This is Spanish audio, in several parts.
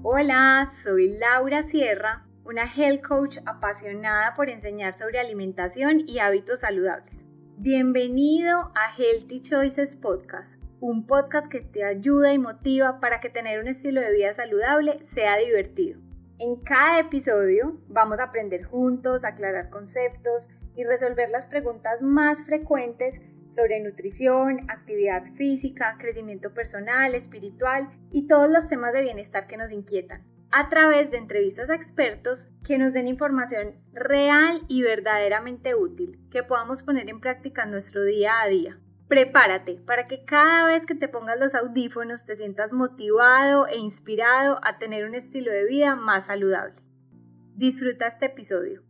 Hola, soy Laura Sierra, una health coach apasionada por enseñar sobre alimentación y hábitos saludables. Bienvenido a Healthy Choices Podcast, un podcast que te ayuda y motiva para que tener un estilo de vida saludable sea divertido. En cada episodio vamos a aprender juntos, aclarar conceptos y resolver las preguntas más frecuentes sobre nutrición, actividad física, crecimiento personal, espiritual y todos los temas de bienestar que nos inquietan, a través de entrevistas a expertos que nos den información real y verdaderamente útil que podamos poner en práctica en nuestro día a día. Prepárate para que cada vez que te pongas los audífonos te sientas motivado e inspirado a tener un estilo de vida más saludable. Disfruta este episodio.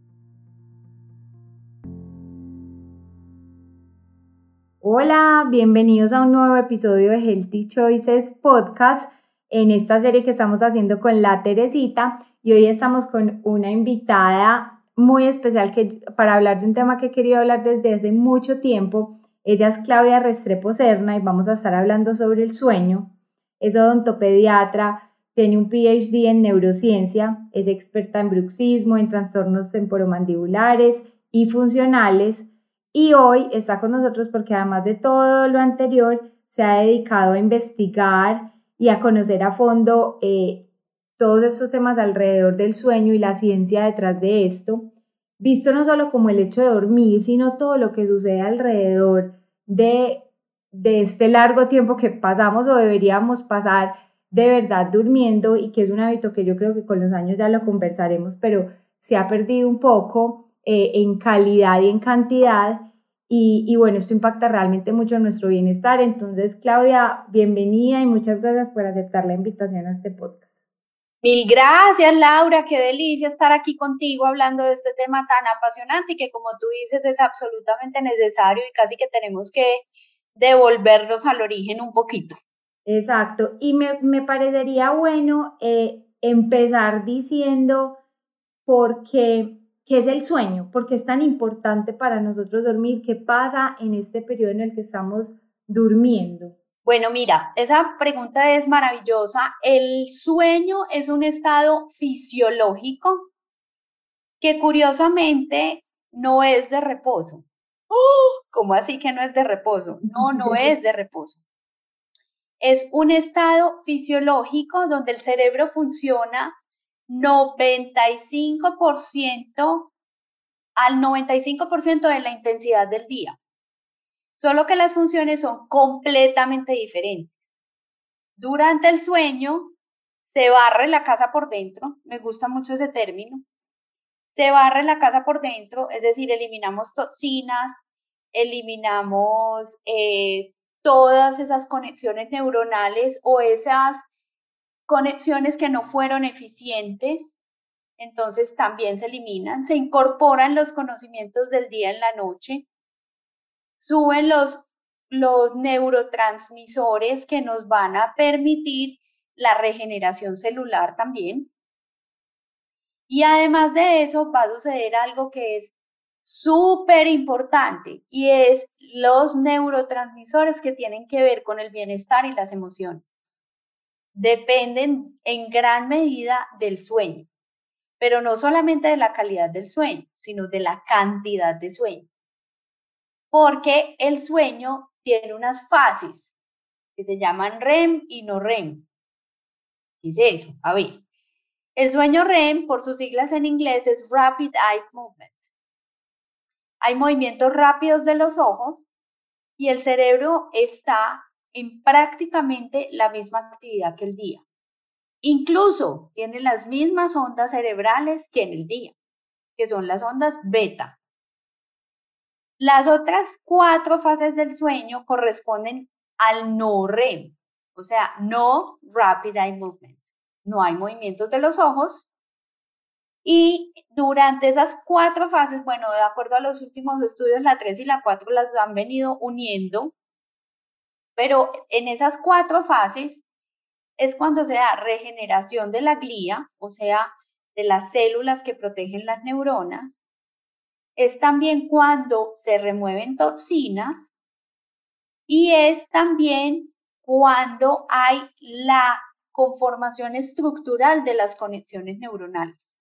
Hola, bienvenidos a un nuevo episodio de Healthy Choices Podcast, en esta serie que estamos haciendo con la Teresita, y hoy estamos con una invitada muy especial para hablar de un tema que he querido hablar desde hace mucho tiempo. Ella es Claudia Restrepo Serna y vamos a estar hablando sobre el sueño. Es odontopediatra, tiene un PhD en neurociencia, es experta en bruxismo, en trastornos temporomandibulares y funcionales. Y hoy está con nosotros porque además de todo lo anterior, se ha dedicado a investigar y a conocer a fondo todos estos temas alrededor del sueño y la ciencia detrás de esto, visto no solo como el hecho de dormir, sino todo lo que sucede alrededor de este largo tiempo que pasamos o deberíamos pasar de verdad durmiendo, y que es un hábito que yo creo que con los años ya lo conversaremos, pero se ha perdido un poco en calidad y en cantidad, y bueno, esto impacta realmente mucho en nuestro bienestar. Entonces, Claudia, bienvenida y muchas gracias por aceptar la invitación a este podcast. Mil gracias, Laura, qué delicia estar aquí contigo hablando de este tema tan apasionante y que, como tú dices, es absolutamente necesario y casi que tenemos que devolvernos al origen un poquito. Exacto, y me parecería bueno empezar diciendo qué es el sueño, por qué es tan importante para nosotros dormir, qué pasa en este periodo en el que estamos durmiendo. Bueno, mira, esa pregunta es maravillosa. El sueño es un estado fisiológico que curiosamente no es de reposo. ¿Cómo así que no es de reposo? No es de reposo. Es un estado fisiológico donde el cerebro funciona 95% al 95% de la intensidad del día. Solo que las funciones son completamente diferentes. Durante el sueño se barre la casa por dentro, me gusta mucho ese término. Se barre la casa por dentro, es decir, eliminamos toxinas, eliminamos todas esas conexiones neuronales o esas conexiones que no fueron eficientes, entonces también se eliminan, se incorporan los conocimientos del día en la noche, suben los neurotransmisores que nos van a permitir la regeneración celular también. Y además de eso va a suceder algo que es súper importante, y es los neurotransmisores que tienen que ver con el bienestar y las emociones. Dependen en gran medida del sueño, pero no solamente de la calidad del sueño, sino de la cantidad de sueño. Porque el sueño tiene unas fases que se llaman REM y no REM. ¿Qué es eso? A ver, el sueño REM, por sus siglas en inglés, es Rapid Eye Movement. Hay movimientos rápidos de los ojos y el cerebro está en prácticamente la misma actividad que el día. Incluso tiene las mismas ondas cerebrales que en el día, que son las ondas beta. Las otras 4 fases del sueño corresponden al no REM, o sea, no Rapid Eye Movement. No hay movimientos de los ojos. Y durante esas 4 fases, bueno, de acuerdo a los últimos estudios, la 3 y la 4 las han venido uniendo, pero en esas 4 fases es cuando se da regeneración de la glía, o sea, de las células que protegen las neuronas. Es también cuando se remueven toxinas y es también cuando hay la conformación estructural de las conexiones neuronales.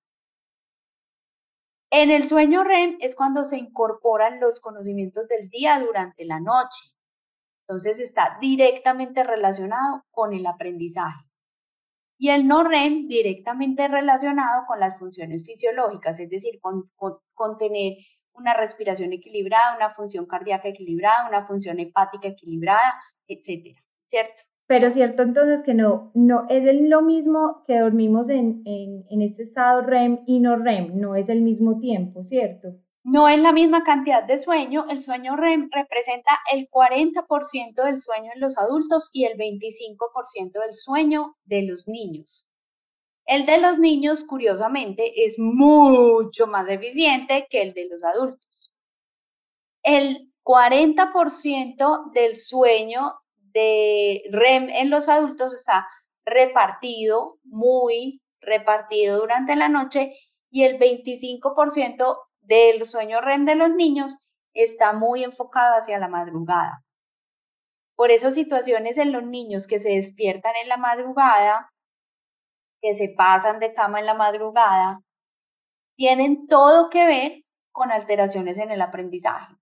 En el sueño REM es cuando se incorporan los conocimientos del día durante la noche. Entonces está directamente relacionado con el aprendizaje. Y el no REM directamente relacionado con las funciones fisiológicas, es decir, con tener una respiración equilibrada, una función cardíaca equilibrada, una función hepática equilibrada, etcétera, ¿cierto? Pero cierto entonces que no es lo mismo que dormimos en este estado REM y no REM, no es el mismo tiempo, ¿cierto? No es la misma cantidad de sueño. El sueño REM representa el 40% del sueño en los adultos y el 25% del sueño de los niños. El de los niños, curiosamente, es mucho más eficiente que el de los adultos. El 40% del sueño de REM en los adultos está muy repartido durante la noche, y el 25% del sueño REM de los niños está muy enfocado hacia la madrugada. Por eso situaciones en los niños que se despiertan en la madrugada, que se pasan de cama en la madrugada, tienen todo que ver con alteraciones en el aprendizaje.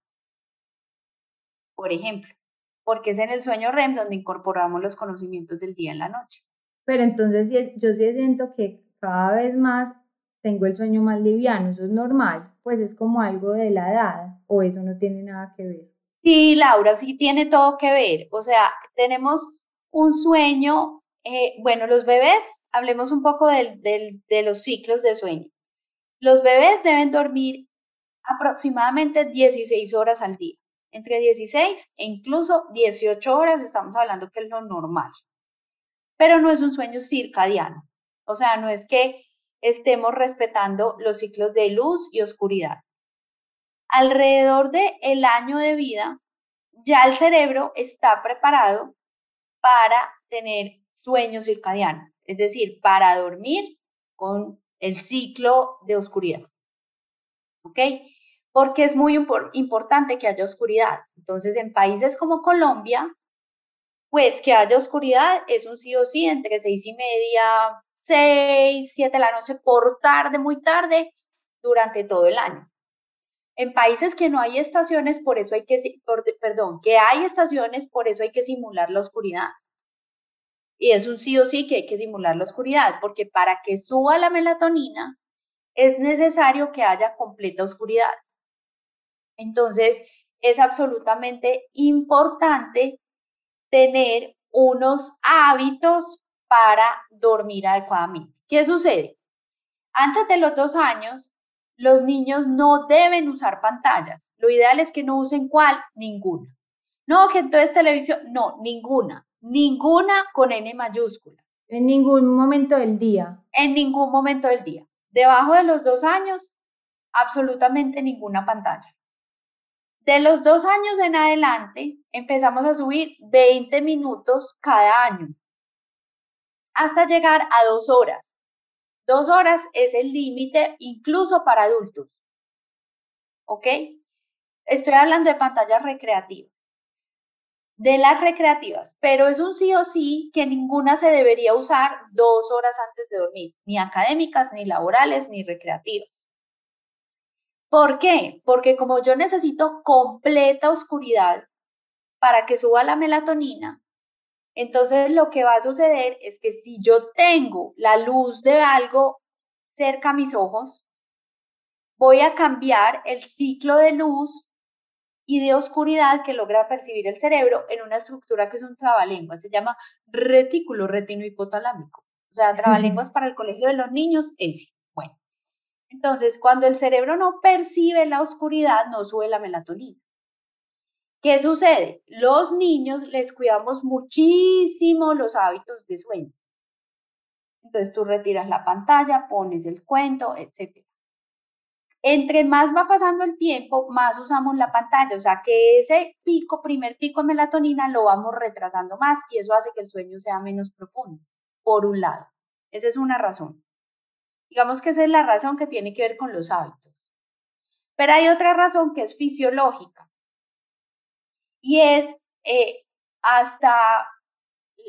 Por ejemplo, porque es en el sueño REM donde incorporamos los conocimientos del día en la noche. Pero entonces yo sí siento que cada vez más tengo el sueño más liviano, ¿eso es normal? Pues es como algo de la edad, ¿o eso no tiene nada que ver? Sí, Laura, sí tiene todo que ver. O sea, tenemos un sueño, bueno, los bebés, hablemos un poco de los ciclos de sueño. Los bebés deben dormir aproximadamente 16 horas al día, entre 16 e incluso 18 horas, estamos hablando que es lo normal. Pero no es un sueño circadiano, o sea, no es que estemos respetando los ciclos de luz y oscuridad. Alrededor del año de vida, ya el cerebro está preparado para tener sueño circadiano, es decir, para dormir con el ciclo de oscuridad. ¿Ok? Porque es muy importante que haya oscuridad. Entonces, en países como Colombia, pues que haya oscuridad es un sí o sí entre 6:30, 6, 7 de la noche, por tarde, muy tarde, durante todo el año. En países que no hay estaciones, por eso hay que, que hay estaciones, por eso hay que simular la oscuridad. Y es un sí o sí que hay que simular la oscuridad, porque para que suba la melatonina es necesario que haya completa oscuridad. Entonces, es absolutamente importante tener unos hábitos para dormir adecuadamente. ¿Qué sucede? Antes de los 2 años, los niños no deben usar pantallas. Lo ideal es que no usen ¿cuál? Ninguna. No, que entonces televisión, no, ninguna. Ninguna con N mayúscula. En ningún momento del día. En ningún momento del día. Debajo de los 2 años, absolutamente ninguna pantalla. De los 2 años en adelante, empezamos a subir 20 minutos cada año, hasta llegar a 2 horas. 2 horas es el límite incluso para adultos. ¿Ok? Estoy hablando de pantallas recreativas. De las recreativas, pero es un sí o sí que ninguna se debería usar 2 horas antes de dormir, ni académicas, ni laborales, ni recreativas. ¿Por qué? Porque como yo necesito completa oscuridad para que suba la melatonina, entonces lo que va a suceder es que si yo tengo la luz de algo cerca a mis ojos, voy a cambiar el ciclo de luz y de oscuridad que logra percibir el cerebro en una estructura que es un trabalenguas, se llama retículo retinohipotalámico. O sea, trabalenguas para el colegio de los niños, ese. Bueno, entonces cuando el cerebro no percibe la oscuridad, no sube la melatonina. ¿Qué sucede? Los niños les cuidamos muchísimo los hábitos de sueño. Entonces tú retiras la pantalla, pones el cuento, etc. Entre más va pasando el tiempo, más usamos la pantalla, o sea que ese primer pico de melatonina lo vamos retrasando más, y eso hace que el sueño sea menos profundo, por un lado. Esa es una razón. Digamos que esa es la razón que tiene que ver con los hábitos. Pero hay otra razón que es fisiológica, y es hasta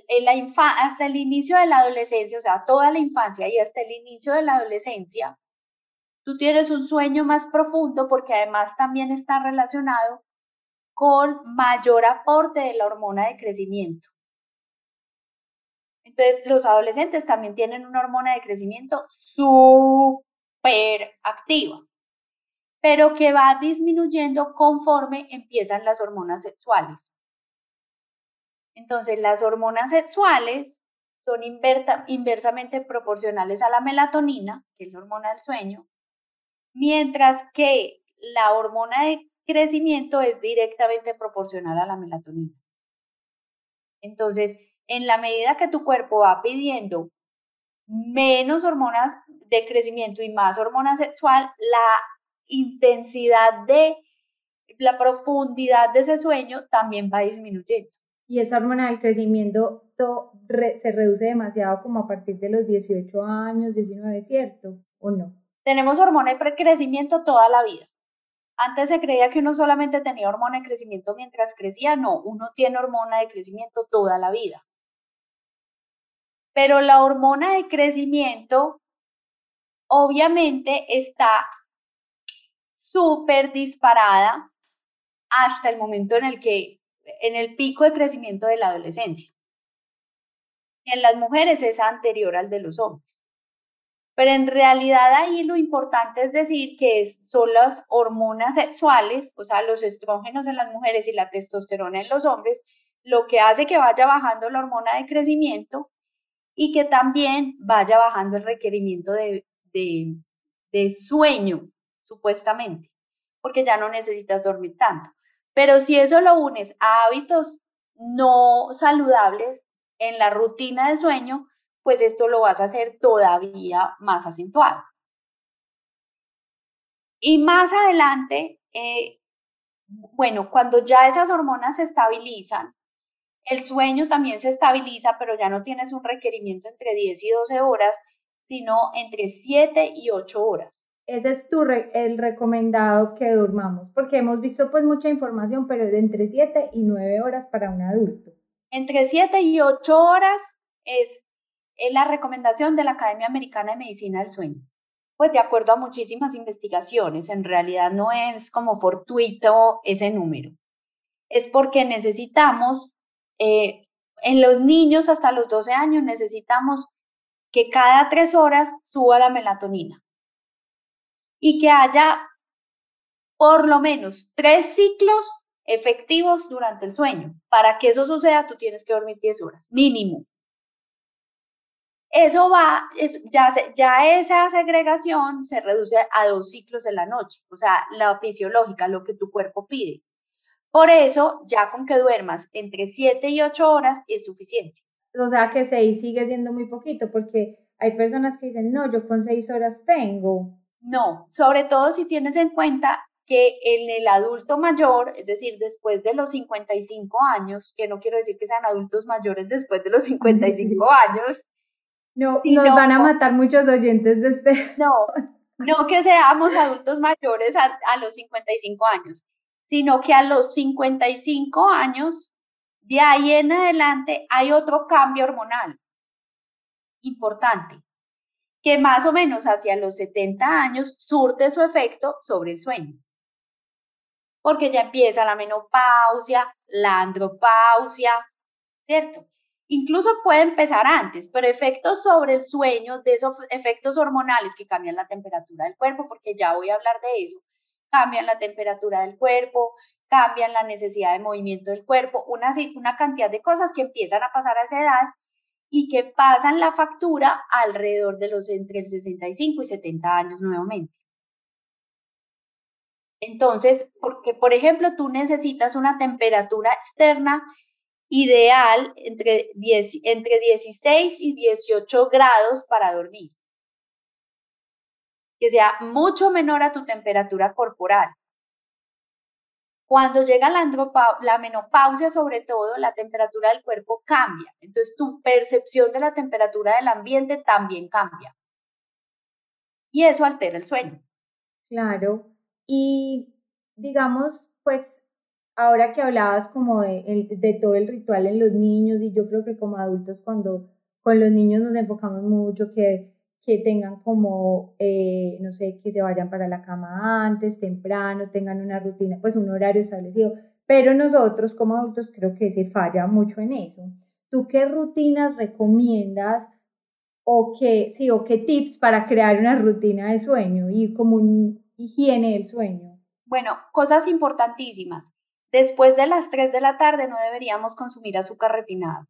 hasta el inicio de la adolescencia, o sea, toda la infancia y hasta el inicio de la adolescencia, tú tienes un sueño más profundo porque además también está relacionado con mayor aporte de la hormona de crecimiento. Entonces, los adolescentes también tienen una hormona de crecimiento súper activa, pero que va disminuyendo conforme empiezan las hormonas sexuales. Entonces, las hormonas sexuales son inversamente proporcionales a la melatonina, que es la hormona del sueño, mientras que la hormona de crecimiento es directamente proporcional a la melatonina. Entonces, en la medida que tu cuerpo va pidiendo menos hormonas de crecimiento y más hormona sexual, la intensidad de la profundidad de ese sueño también va disminuyendo. Y esa hormona del crecimiento se reduce demasiado como a partir de los 18 años, 19, ¿cierto? ¿O no? Tenemos hormona de crecimiento toda la vida. Antes se creía que uno solamente tenía hormona de crecimiento mientras crecía. No, uno tiene hormona de crecimiento toda la vida. Pero la hormona de crecimiento obviamente está súper disparada hasta el momento en el pico de crecimiento de la adolescencia. En las mujeres es anterior al de los hombres. Pero en realidad ahí lo importante es decir que son las hormonas sexuales, o sea, los estrógenos en las mujeres y la testosterona en los hombres, lo que hace que vaya bajando la hormona de crecimiento y que también vaya bajando el requerimiento de sueño, supuestamente, porque ya no necesitas dormir tanto. Pero si eso lo unes a hábitos no saludables en la rutina de sueño, pues esto lo vas a hacer todavía más acentuado. Y más adelante, bueno, cuando ya esas hormonas se estabilizan, el sueño también se estabiliza, pero ya no tienes un requerimiento entre 10 y 12 horas, sino entre 7 y 8 horas. Ese es el recomendado que durmamos, porque hemos visto pues mucha información, pero es de entre 7 y 9 horas para un adulto. Entre 7 y 8 horas es la recomendación de la Academia Americana de Medicina del Sueño. Pues de acuerdo a muchísimas investigaciones, en realidad no es como fortuito ese número. Es porque necesitamos, en los niños hasta los 12 años, necesitamos que cada 3 horas suba la melatonina y que haya por lo menos 3 ciclos efectivos durante el sueño. Para que eso suceda, tú tienes que dormir 10 horas, mínimo. Eso ya esa segregación se reduce a 2 ciclos en la noche, o sea, la fisiológica, lo que tu cuerpo pide. Por eso, ya con que duermas entre 7 y 8 horas es suficiente. O sea que 6 sigue siendo muy poquito, porque hay personas que dicen, no, yo con 6 horas tengo. No, sobre todo si tienes en cuenta que en el adulto mayor, es decir, después de los 55 años, que no quiero decir que sean adultos mayores después de los 55 años. No, nos van a matar muchos oyentes de este. No que seamos adultos mayores a los 55 años, sino que a los 55 años, de ahí en adelante, hay otro cambio hormonal importante, que más o menos hacia los 70 años surte su efecto sobre el sueño. Porque ya empieza la menopausia, la andropausia, ¿cierto? Incluso puede empezar antes, pero efectos sobre el sueño, de esos efectos hormonales que cambian la temperatura del cuerpo, porque ya voy a hablar de eso, cambian la temperatura del cuerpo, cambian la necesidad de movimiento del cuerpo, una cantidad de cosas que empiezan a pasar a esa edad y que pasan la factura alrededor de los entre el 65 y 70 años nuevamente. Entonces, porque por ejemplo tú necesitas una temperatura externa ideal entre 16 y 18 grados para dormir, que sea mucho menor a tu temperatura corporal. Cuando llega la menopausia, sobre todo, la temperatura del cuerpo cambia. Entonces, tu percepción de la temperatura del ambiente también cambia. Y eso altera el sueño. Claro. Y digamos, pues ahora que hablabas como de todo el ritual en los niños, y yo creo que como adultos cuando con los niños nos enfocamos mucho que tengan como, no sé, que se vayan para la cama antes, temprano, tengan una rutina, pues un horario establecido, pero nosotros como adultos creo que se falla mucho en eso. ¿Tú qué rutinas recomiendas o qué tips para crear una rutina de sueño y como una higiene del sueño? Bueno, cosas importantísimas. Después de las 3 de la tarde no deberíamos consumir azúcar refinado,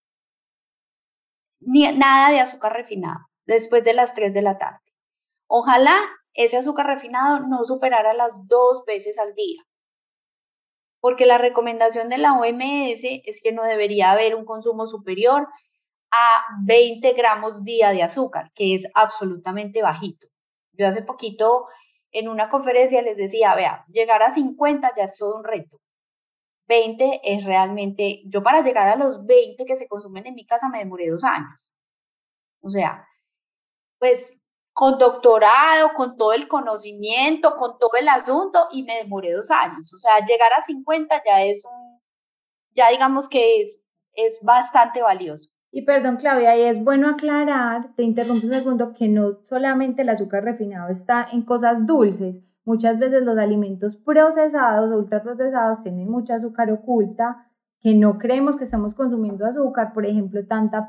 ni nada de azúcar refinado, después de las 3 de la tarde. Ojalá ese azúcar refinado no superara las 2 veces al día, porque la recomendación de la OMS es que no debería haber un consumo superior a 20 gramos día de azúcar, que es absolutamente bajito. Yo hace poquito en una conferencia les decía, vea, llegar a 50 ya es todo un reto. 20 es realmente, yo para llegar a los 20 que se consumen en mi casa me demoré 2 años. O sea, pues con doctorado, con todo el conocimiento, con todo el asunto y me demoré 2 años. O sea, llegar a 50 ya ya digamos que es bastante valioso. Y perdón, Claudia, y es bueno aclarar, te interrumpo un segundo, que no solamente el azúcar refinado está en cosas dulces. Muchas veces los alimentos procesados o ultraprocesados tienen mucha azúcar oculta, que no creemos que estamos consumiendo azúcar. Por ejemplo,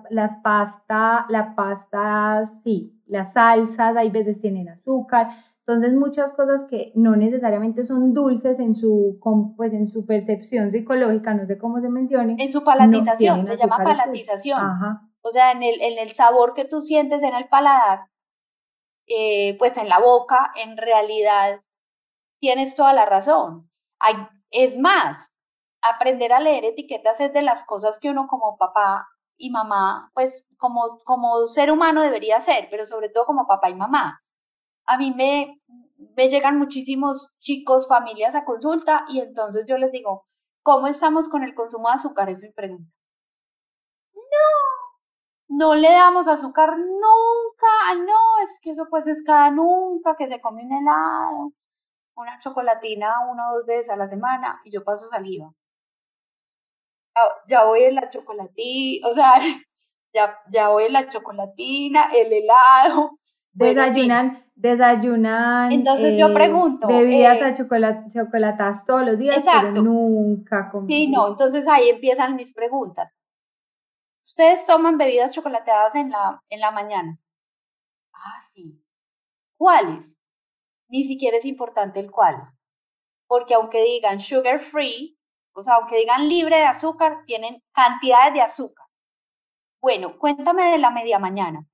sí, las salsas, hay veces tienen azúcar. Entonces, muchas cosas que no necesariamente son dulces pues, en su percepción psicológica, no sé cómo se mencione, En su no palatización, tienen se llama azúcar oculta. palatización. Ajá. O sea, en el sabor que tú sientes en el paladar, pues en la boca, en realidad tienes toda la razón. Hay, es más, aprender a leer etiquetas es de las cosas que uno como papá y mamá, pues como ser humano debería hacer, pero sobre todo como papá y mamá. A mí me llegan muchísimos chicos, familias a consulta y entonces yo les digo, ¿cómo estamos con el consumo de azúcar? Es mi pregunta. No le damos azúcar nunca, no, es que eso pues es cada nunca, que se come un helado, una chocolatina 1 o 2 veces a la semana y yo paso saliva. Ya voy en la chocolatina, o sea, ya voy en la chocolatina, el helado, bueno, en fin. Desayunan Entonces yo pregunto, bebidas chocolatadas todos los días, pero exacto, nunca sí, comen no, dulce. entonces ahí empiezan mis preguntas. ¿Ustedes toman bebidas chocolateadas en la mañana? Ah, sí. ¿Cuáles? Ni siquiera es importante el cuál, porque aunque digan sugar free, o sea, aunque digan libre de azúcar, tienen cantidades de azúcar. Bueno, cuéntame de la media mañana.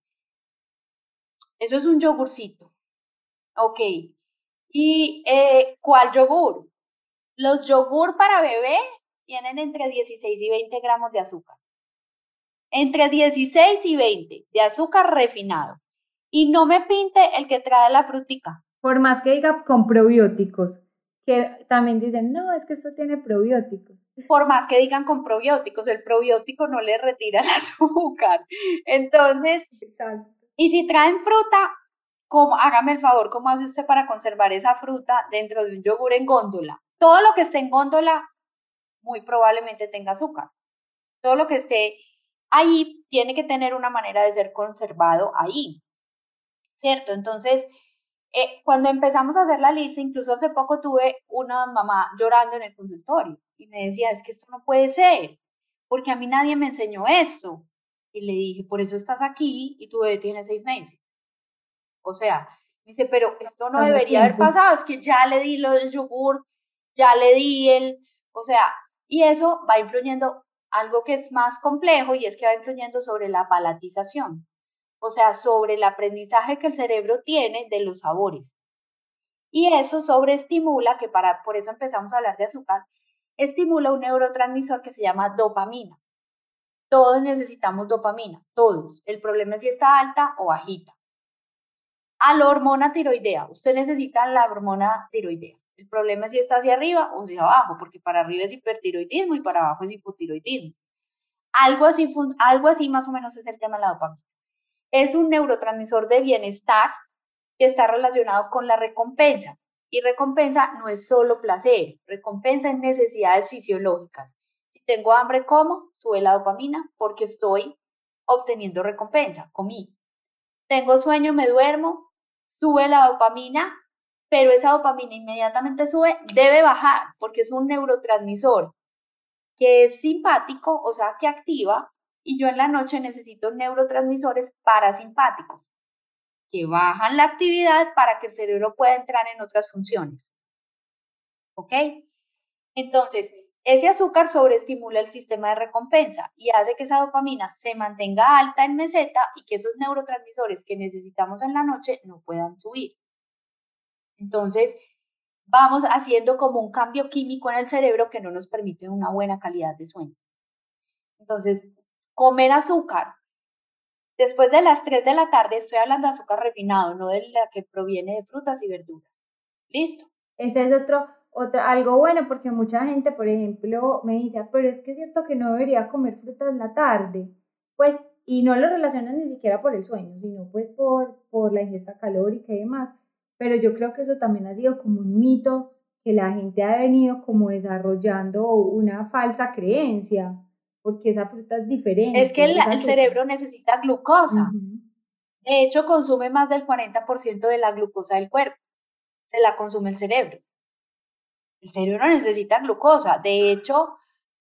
Eso es un yogurcito. Ok. ¿Y cuál yogur? Los yogur para bebé tienen entre 16 y 20 gramos de azúcar. Entre 16 y 20 de azúcar refinado. Y no me pinte el que trae la frutica. Por más que diga con probióticos, que también dicen, no, es que esto tiene probióticos. Por más que digan con probióticos, el probiótico no le retira el azúcar. Entonces, Exacto. y si traen fruta, hágame el favor, ¿cómo hace usted para conservar esa fruta dentro de un yogur en góndola? Todo lo que esté en góndola muy probablemente tenga azúcar. Todo lo que esté ahí tiene que tener una manera de ser conservado ahí, ¿cierto? Entonces, cuando empezamos a hacer la lista, incluso hace poco tuve una mamá llorando en el consultorio y me decía, es que esto no puede ser, porque a mí nadie me enseñó esto. Y le dije, por eso estás aquí y tu bebé tiene 6 meses. O sea, me dice, pero esto no Pasando a debería haber tiempo. pasado, es que ya le di lo del yogur, ya le di o sea, y eso va influyendo algo que es más complejo y es que va influyendo sobre la palatización, o sea, sobre el aprendizaje que el cerebro tiene de los sabores. Y eso sobreestimula, por eso empezamos a hablar de azúcar, estimula un neurotransmisor que se llama dopamina. Todos necesitamos dopamina, todos. El problema es si está alta o bajita. A la hormona tiroidea, usted necesita la hormona tiroidea. El problema es si está hacia arriba o hacia abajo, porque para arriba es hipertiroidismo y para abajo es hipotiroidismo. Algo así más o menos es el tema de la dopamina. Es un neurotransmisor de bienestar que está relacionado con la recompensa. Y recompensa no es solo placer, recompensa es necesidades fisiológicas. Si tengo hambre, como, sube la dopamina porque estoy obteniendo recompensa, comí. Tengo sueño, me duermo, sube la dopamina, pero esa dopamina inmediatamente sube, debe bajar porque es un neurotransmisor que es simpático, o sea, que activa, y yo en la noche necesito neurotransmisores parasimpáticos que bajan la actividad para que el cerebro pueda entrar en otras funciones. ¿Ok? Entonces, ese azúcar sobreestimula el sistema de recompensa y hace que esa dopamina se mantenga alta en meseta y que esos neurotransmisores que necesitamos en la noche no puedan subir. Entonces, vamos haciendo como un cambio químico en el cerebro que no nos permite una buena calidad de sueño. Entonces, comer azúcar después de las 3 de la tarde, estoy hablando de azúcar refinado, no de la que proviene de frutas y verduras. ¿Listo? Ese es algo bueno porque mucha gente, por ejemplo, me dice, pero es que es cierto que no debería comer frutas en la tarde. Pues, y no lo relacionan ni siquiera por el sueño, sino pues por la ingesta calórica y demás. Pero yo creo que eso también ha sido como un mito que la gente ha venido como desarrollando una falsa creencia, porque esa fruta es diferente. Es que el cerebro necesita glucosa. De hecho, consume más del 40% de la glucosa del cuerpo. Se la consume el cerebro. El cerebro necesita glucosa. De hecho,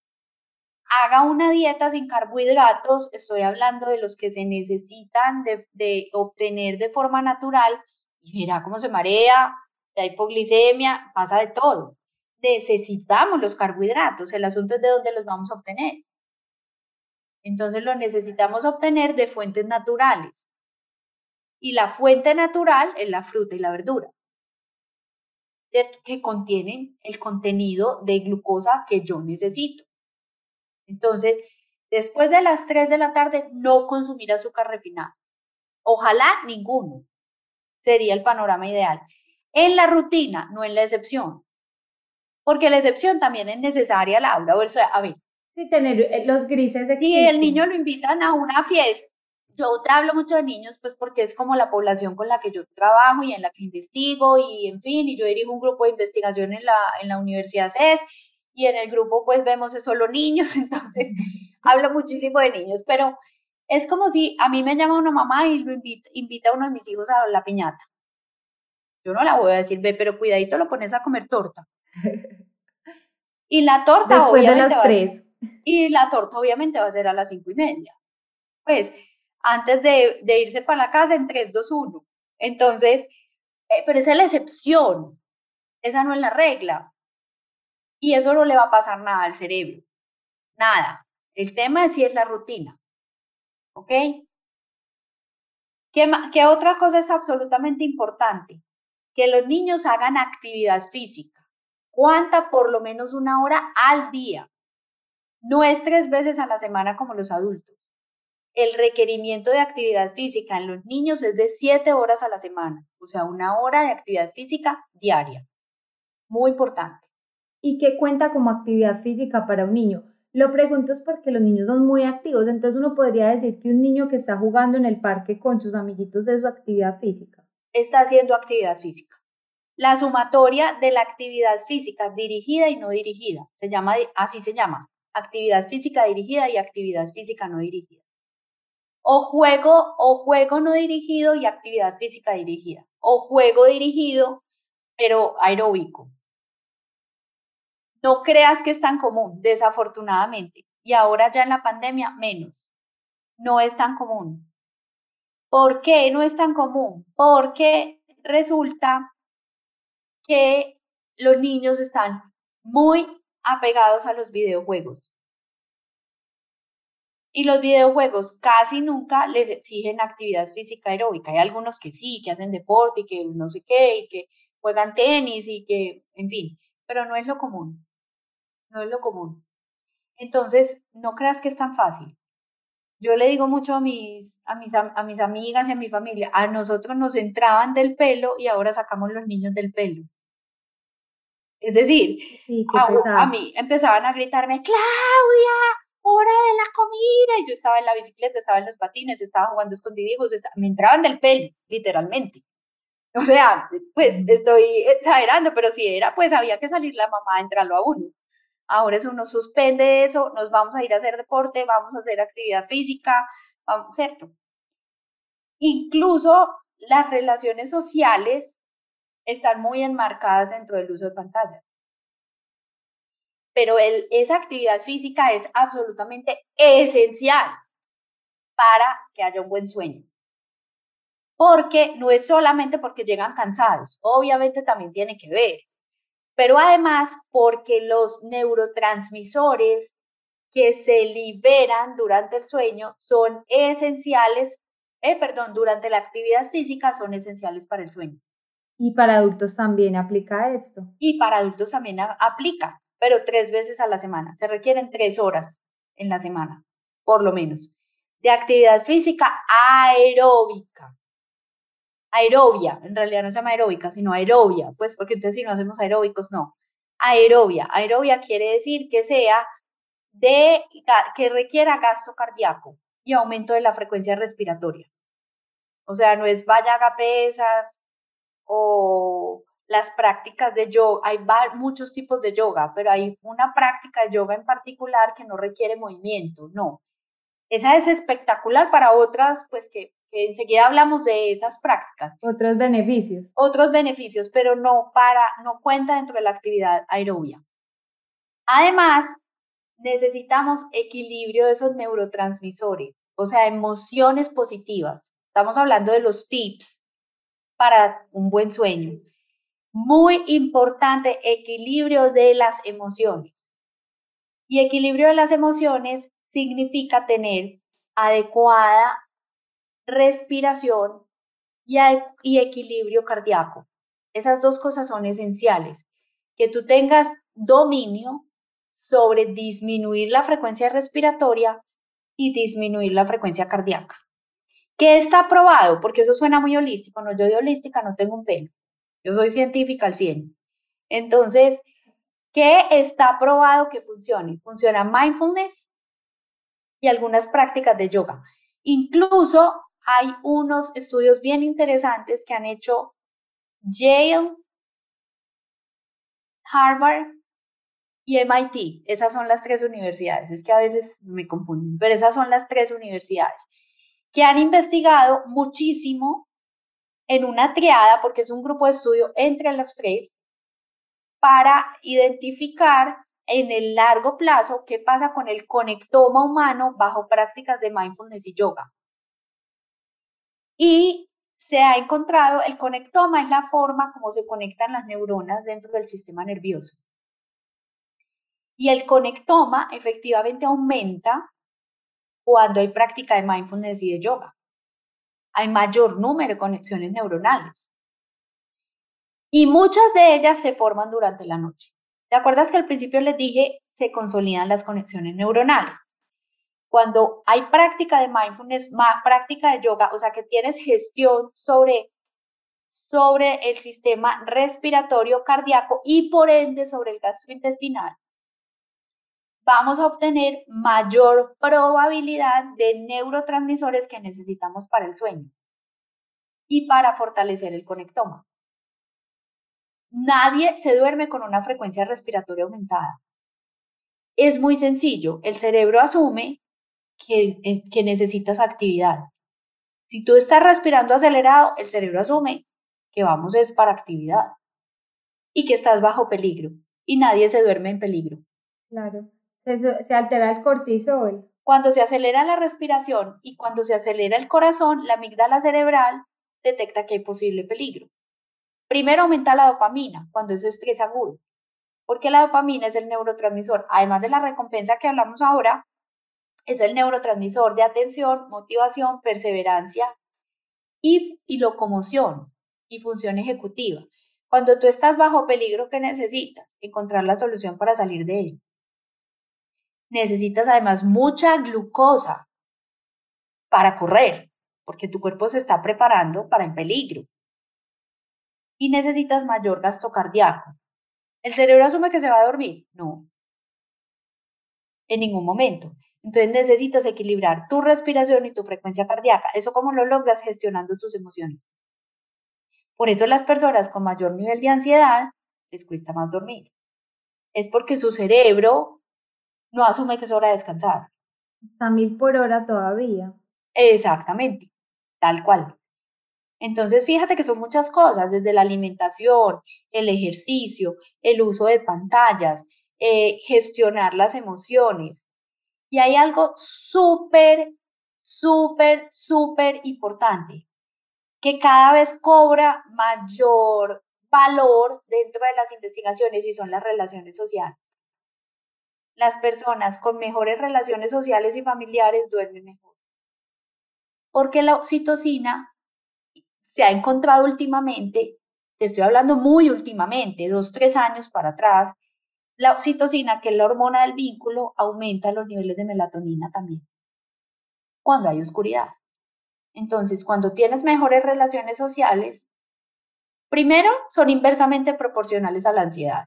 haga una dieta sin carbohidratos, estoy hablando de los que se necesitan de obtener de forma natural, y verá cómo se marea, da hipoglicemia, pasa de todo. Necesitamos los carbohidratos, el asunto es de dónde los vamos a obtener. Entonces los necesitamos obtener de fuentes naturales. Y la fuente natural es la fruta y la verdura, ¿cierto? Que contienen el contenido de glucosa que yo necesito. Entonces, después de las 3 de la tarde, no consumir azúcar refinado. Ojalá ninguno. Sería el panorama ideal. En la rutina, no en la excepción. Porque la excepción también es necesaria, Laura. O sea, a ver. Sí, tener los grises existen. Si el niño lo invitan a una fiesta, yo te hablo mucho de niños, pues porque es como la población con la que yo trabajo y en la que investigo y en fin, y yo dirijo un grupo de investigación en la Universidad CES y en el grupo pues vemos solo niños, entonces hablo muchísimo de niños, pero es como si a mí me llama una mamá y lo invita a uno de mis hijos a la piñata. Yo no la voy a decir, ve, pero cuidadito lo pones a comer torta. Y la torta después obviamente de las 3. Y la torta obviamente va a ser a las 5:30. Pues antes de irse para la casa en 3, 2, 1. Entonces, pero esa es la excepción, esa no es la regla. Y eso no le va a pasar nada al cerebro, nada. El tema es si es la rutina, ¿ok? ¿Qué otra cosa es absolutamente importante? Que los niños hagan actividad física. ¿Cuánta? Por lo menos 1 hora al día. No es 3 veces a la semana como los adultos. El requerimiento de actividad física en los niños es de 7 horas a la semana, o sea, 1 hora de actividad física diaria. Muy importante. ¿Y qué cuenta como actividad física para un niño? Lo pregunto es porque los niños son muy activos, entonces uno podría decir que un niño que está jugando en el parque con sus amiguitos es su actividad física. Está haciendo actividad física. La sumatoria de la actividad física dirigida y no dirigida, así se llama, actividad física dirigida y actividad física no dirigida. O juego no dirigido y actividad física dirigida. O juego dirigido, pero aeróbico. No creas que es tan común, desafortunadamente. Y ahora ya en la pandemia, menos. No es tan común. ¿Por qué no es tan común? Porque resulta que los niños están muy apegados a los videojuegos. Y los videojuegos casi nunca les exigen actividad física aeróbica. Hay algunos que sí, que hacen deporte y que no sé qué, y que juegan tenis y que, en fin, pero no es lo común. No es lo común. Entonces, no creas que es tan fácil. Yo le digo mucho a mis amigas y a mi familia, a nosotros nos entraban del pelo y ahora sacamos los niños del pelo. Es decir, sí, qué a mí empezaban a gritarme, Claudia, hora de la comida. Y yo estaba en la bicicleta, estaba en los patines, estaba jugando escondidijos, me entraban del pelo, literalmente. O sea, pues estoy exagerando, pero si era, pues había que salir la mamá a entrarlo a uno. Ahora eso uno suspende eso, nos vamos a ir a hacer deporte, vamos a hacer actividad física, vamos, ¿cierto? Incluso las relaciones sociales están muy enmarcadas dentro del uso de pantallas. Pero esa actividad física es absolutamente esencial para que haya un buen sueño. Porque no es solamente porque llegan cansados, obviamente también tiene que ver, pero además porque los neurotransmisores que se liberan durante el sueño son esenciales, durante la actividad física son esenciales para el sueño. Y para adultos también aplica esto. Y para adultos también aplica, pero 3 veces a la semana. Se requieren 3 horas en la semana, por lo menos, de actividad física aeróbica. Aerobia, en realidad no se llama aeróbica, sino aerobia, pues porque entonces si no hacemos aeróbicos, no. Aerobia. Aerobia quiere decir que sea que requiera gasto cardíaco y aumento de la frecuencia respiratoria. O sea, no es vaya haga pesas o las prácticas de yoga. Hay muchos tipos de yoga, pero hay una práctica de yoga en particular que no requiere movimiento, no. Esa es espectacular para otras, pues que enseguida hablamos de esas prácticas. Otros beneficios. Otros beneficios, pero no cuenta dentro de la actividad aerobia. Además, necesitamos equilibrio de esos neurotransmisores, o sea, emociones positivas. Estamos hablando de los tips para un buen sueño. Muy importante, equilibrio de las emociones. Y equilibrio de las emociones significa tener adecuada respiración y equilibrio cardíaco. Esas dos cosas son esenciales. Que tú tengas dominio sobre disminuir la frecuencia respiratoria y disminuir la frecuencia cardíaca. ¿Qué está probado? Porque eso suena muy holístico. No, yo de holística no tengo un pelo. Yo soy científica al 100. Entonces, ¿qué está probado que funcione? Funciona mindfulness y algunas prácticas de yoga. Incluso hay unos estudios bien interesantes que han hecho Yale, Harvard y MIT. Esas son las 3 universidades. Es que a veces me confunden, pero esas son las 3 universidades que han investigado muchísimo en una triada, porque es un grupo de estudio entre los 3, para identificar en el largo plazo qué pasa con el conectoma humano bajo prácticas de mindfulness y yoga. Y se ha encontrado, el conectoma es la forma como se conectan las neuronas dentro del sistema nervioso. Y el conectoma efectivamente aumenta cuando hay práctica de mindfulness y de yoga. Hay mayor número de conexiones neuronales. Y muchas de ellas se forman durante la noche. ¿Te acuerdas que al principio les dije se consolidan las conexiones neuronales? Cuando hay práctica de mindfulness, práctica de yoga, o sea que tienes gestión sobre el sistema respiratorio cardíaco y por ende sobre el gastrointestinal, vamos a obtener mayor probabilidad de neurotransmisores que necesitamos para el sueño y para fortalecer el conectoma. Nadie se duerme con una frecuencia respiratoria aumentada. Es muy sencillo. El cerebro asume que necesitas actividad. Si tú estás respirando acelerado, el cerebro asume que vamos es para actividad y que estás bajo peligro. Y nadie se duerme en peligro. Claro. Se altera el cortisol. Cuando se acelera la respiración y cuando se acelera el corazón, la amígdala cerebral detecta que hay posible peligro. Primero aumenta la dopamina cuando es estrés agudo, porque la dopamina es el neurotransmisor, además de la recompensa que hablamos ahora, es el neurotransmisor de atención, motivación, perseverancia y locomoción y función ejecutiva. Cuando tú estás bajo peligro, ¿qué necesitas? Encontrar la solución para salir de ello. Necesitas además mucha glucosa para correr, porque tu cuerpo se está preparando para el peligro. Y necesitas mayor gasto cardíaco. ¿El cerebro asume que se va a dormir? No, en ningún momento. Entonces necesitas equilibrar tu respiración y tu frecuencia cardíaca. ¿Eso cómo lo logras? Gestionando tus emociones. Por eso las personas con mayor nivel de ansiedad les cuesta más dormir. Es porque su cerebro no asume que es hora de descansar. Está a 1000 por hora todavía. Exactamente, tal cual. Entonces, fíjate que son muchas cosas, desde la alimentación, el ejercicio, el uso de pantallas, gestionar las emociones. Y hay algo súper, súper, súper importante, que cada vez cobra mayor valor dentro de las investigaciones y son las relaciones sociales. Las personas con mejores relaciones sociales y familiares duermen mejor. Porque la oxitocina se ha encontrado últimamente, te estoy hablando muy últimamente, 2, 3 años para atrás, la oxitocina, que es la hormona del vínculo, aumenta los niveles de melatonina también cuando hay oscuridad. Entonces, cuando tienes mejores relaciones sociales, primero, son inversamente proporcionales a la ansiedad.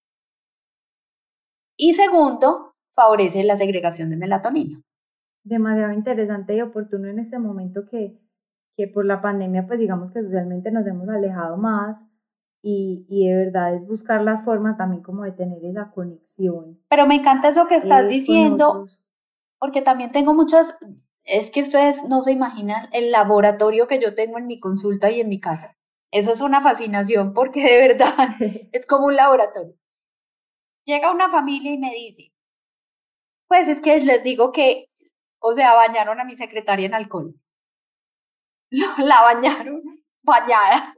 Y segundo, favorece la segregación de melatonina. Demasiado interesante y oportuno en este momento que por la pandemia, pues digamos que socialmente nos hemos alejado más y de verdad es buscar las formas también como de tener esa conexión Pero me encanta eso que estás con diciendo, otros. porque también tengo muchas, es que ustedes no se imaginan el laboratorio que yo tengo en mi consulta y en mi casa. Eso es una fascinación porque de verdad es como un laboratorio. Llega una familia y me dice, pues es que les digo que, o sea, bañaron a mi secretaria en alcohol. La bañaron, bañada.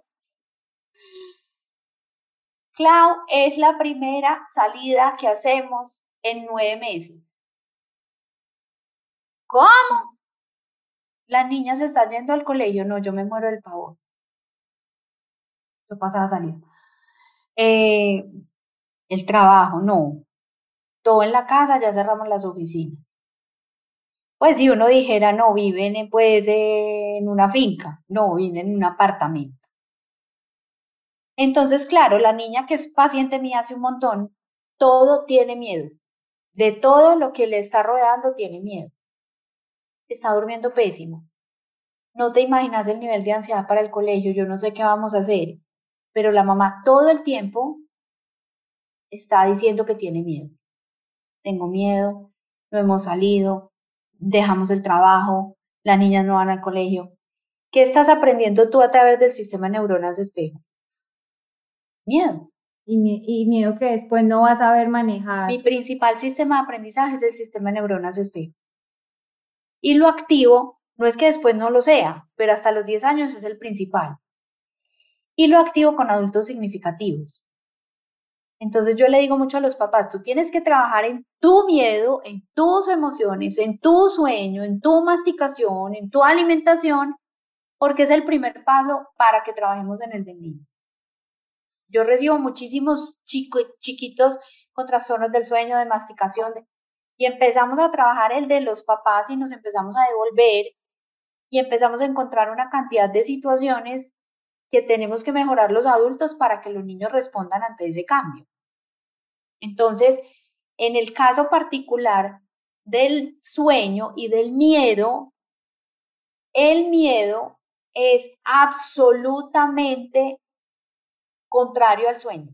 Clau, es la primera salida que hacemos en 9 meses. ¿Cómo? Las niñas están yendo al colegio. No, yo me muero del pavor. Yo pasaba a salir. El trabajo, no. Todo en la casa, ya cerramos las oficinas. Pues si uno dijera, no, viven pues en una finca, no, viven en un apartamento. Entonces, claro, la niña que es paciente mía hace un montón, todo tiene miedo. De todo lo que le está rodeando tiene miedo. Está durmiendo pésimo. No te imaginas el nivel de ansiedad para el colegio, yo no sé qué vamos a hacer, pero la mamá todo el tiempo está diciendo que tiene miedo. Tengo miedo, no hemos salido, dejamos el trabajo, las niñas no van al colegio. ¿Qué estás aprendiendo tú a través del sistema de neuronas de espejo? Miedo. Y miedo que después no vas a saber manejar. Mi principal sistema de aprendizaje es el sistema de neuronas de espejo. Y lo activo, no es que después no lo sea, pero hasta los 10 años es el principal. Y lo activo con adultos significativos. Entonces yo le digo mucho a los papás, tú tienes que trabajar en tu miedo, en tus emociones, en tu sueño, en tu masticación, en tu alimentación, porque es el primer paso para que trabajemos en el del niño. Yo recibo muchísimos chiquitos con trastornos del sueño, de masticación, y empezamos a trabajar el de los papás y nos empezamos a devolver y empezamos a encontrar una cantidad de situaciones que tenemos que mejorar los adultos para que los niños respondan ante ese cambio. Entonces, en el caso particular del sueño y del miedo, el miedo es absolutamente contrario al sueño,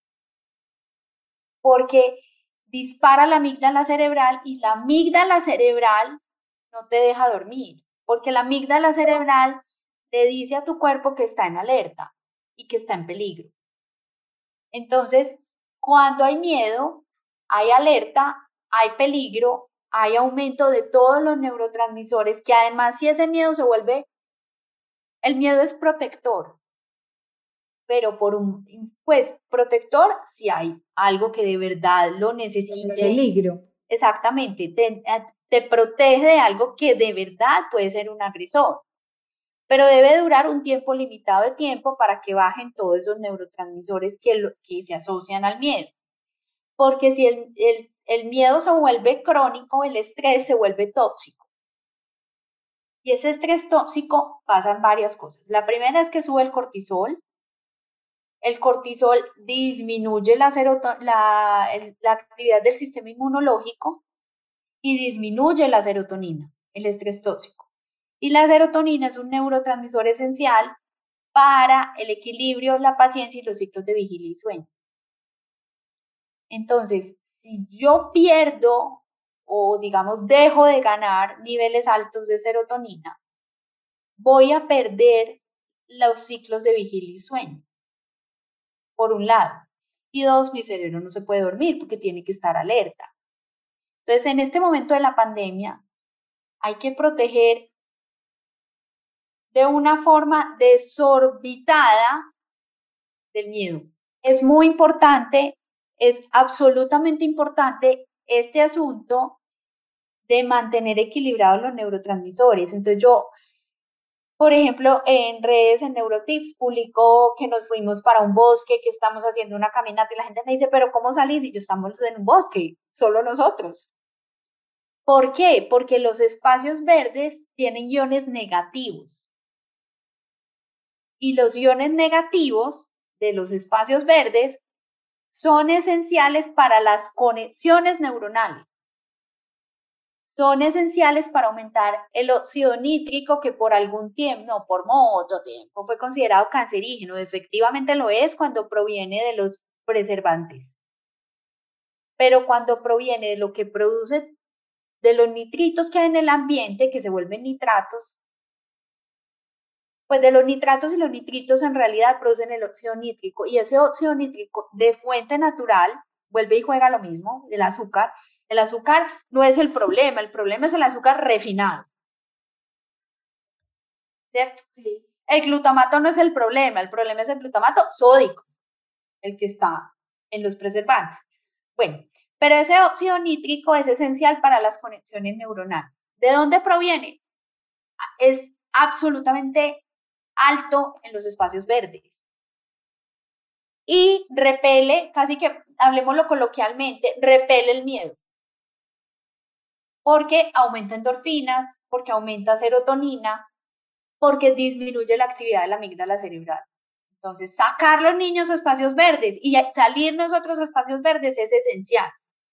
porque dispara la amígdala cerebral y la amígdala cerebral no te deja dormir, porque la amígdala cerebral te dice a tu cuerpo que está en alerta y que está en peligro. Entonces, cuando hay miedo, hay alerta, hay peligro, hay aumento de todos los neurotransmisores, que además si ese miedo se vuelve, el miedo es protector, pero pues protector si hay algo que de verdad lo El necesite. peligro. Exactamente, te protege de algo que de verdad puede ser un agresor, pero debe durar un tiempo limitado de tiempo para que bajen todos esos neurotransmisores que se asocian al miedo. Porque si el miedo se vuelve crónico, el estrés se vuelve tóxico. Y ese estrés tóxico pasan varias cosas. La primera es que sube el cortisol. El cortisol disminuye la actividad del sistema inmunológico y disminuye la serotonina, el estrés tóxico. Y la serotonina es un neurotransmisor esencial para el equilibrio, la paciencia y los ciclos de vigilia y sueño. Entonces, si yo pierdo o digamos dejo de ganar niveles altos de serotonina, voy a perder los ciclos de vigilia y sueño, por un lado. Y dos, mi cerebro no se puede dormir porque tiene que estar alerta. Entonces, en este momento de la pandemia, hay que proteger de una forma desorbitada del miedo. Es muy importante, es absolutamente importante este asunto de mantener equilibrados los neurotransmisores. Entonces yo, por ejemplo, en redes, en Neurotips, publicó que nos fuimos para un bosque, que estamos haciendo una caminata y la gente me dice, pero ¿cómo salís? Y yo, estamos en un bosque, solo nosotros. ¿Por qué? Porque los espacios verdes tienen iones negativos. Y los iones negativos de los espacios verdes son esenciales para las conexiones neuronales. Son esenciales para aumentar el óxido nítrico que por algún tiempo, no, por mucho tiempo, fue considerado cancerígeno. Efectivamente lo es cuando proviene de los preservantes. Pero cuando proviene de lo que produce, de los nitritos que hay en el ambiente, que se vuelven nitratos, pues de los nitratos y los nitritos en realidad producen el óxido nítrico, y ese óxido nítrico de fuente natural vuelve y juega lo mismo, el azúcar. El azúcar no es el problema es el azúcar refinado, ¿cierto? Sí. El glutamato no es el problema es el glutamato sódico, el que está en los preservantes. Bueno, pero ese óxido nítrico es esencial para las conexiones neuronales. ¿De dónde proviene? Es absolutamente alto en los espacios verdes. Y repele, casi que hablemoslo coloquialmente, repele el miedo. Porque aumenta endorfinas, porque aumenta serotonina, porque disminuye la actividad de la amígdala cerebral. Entonces, sacar los niños a espacios verdes y salir nosotros a espacios verdes es esencial.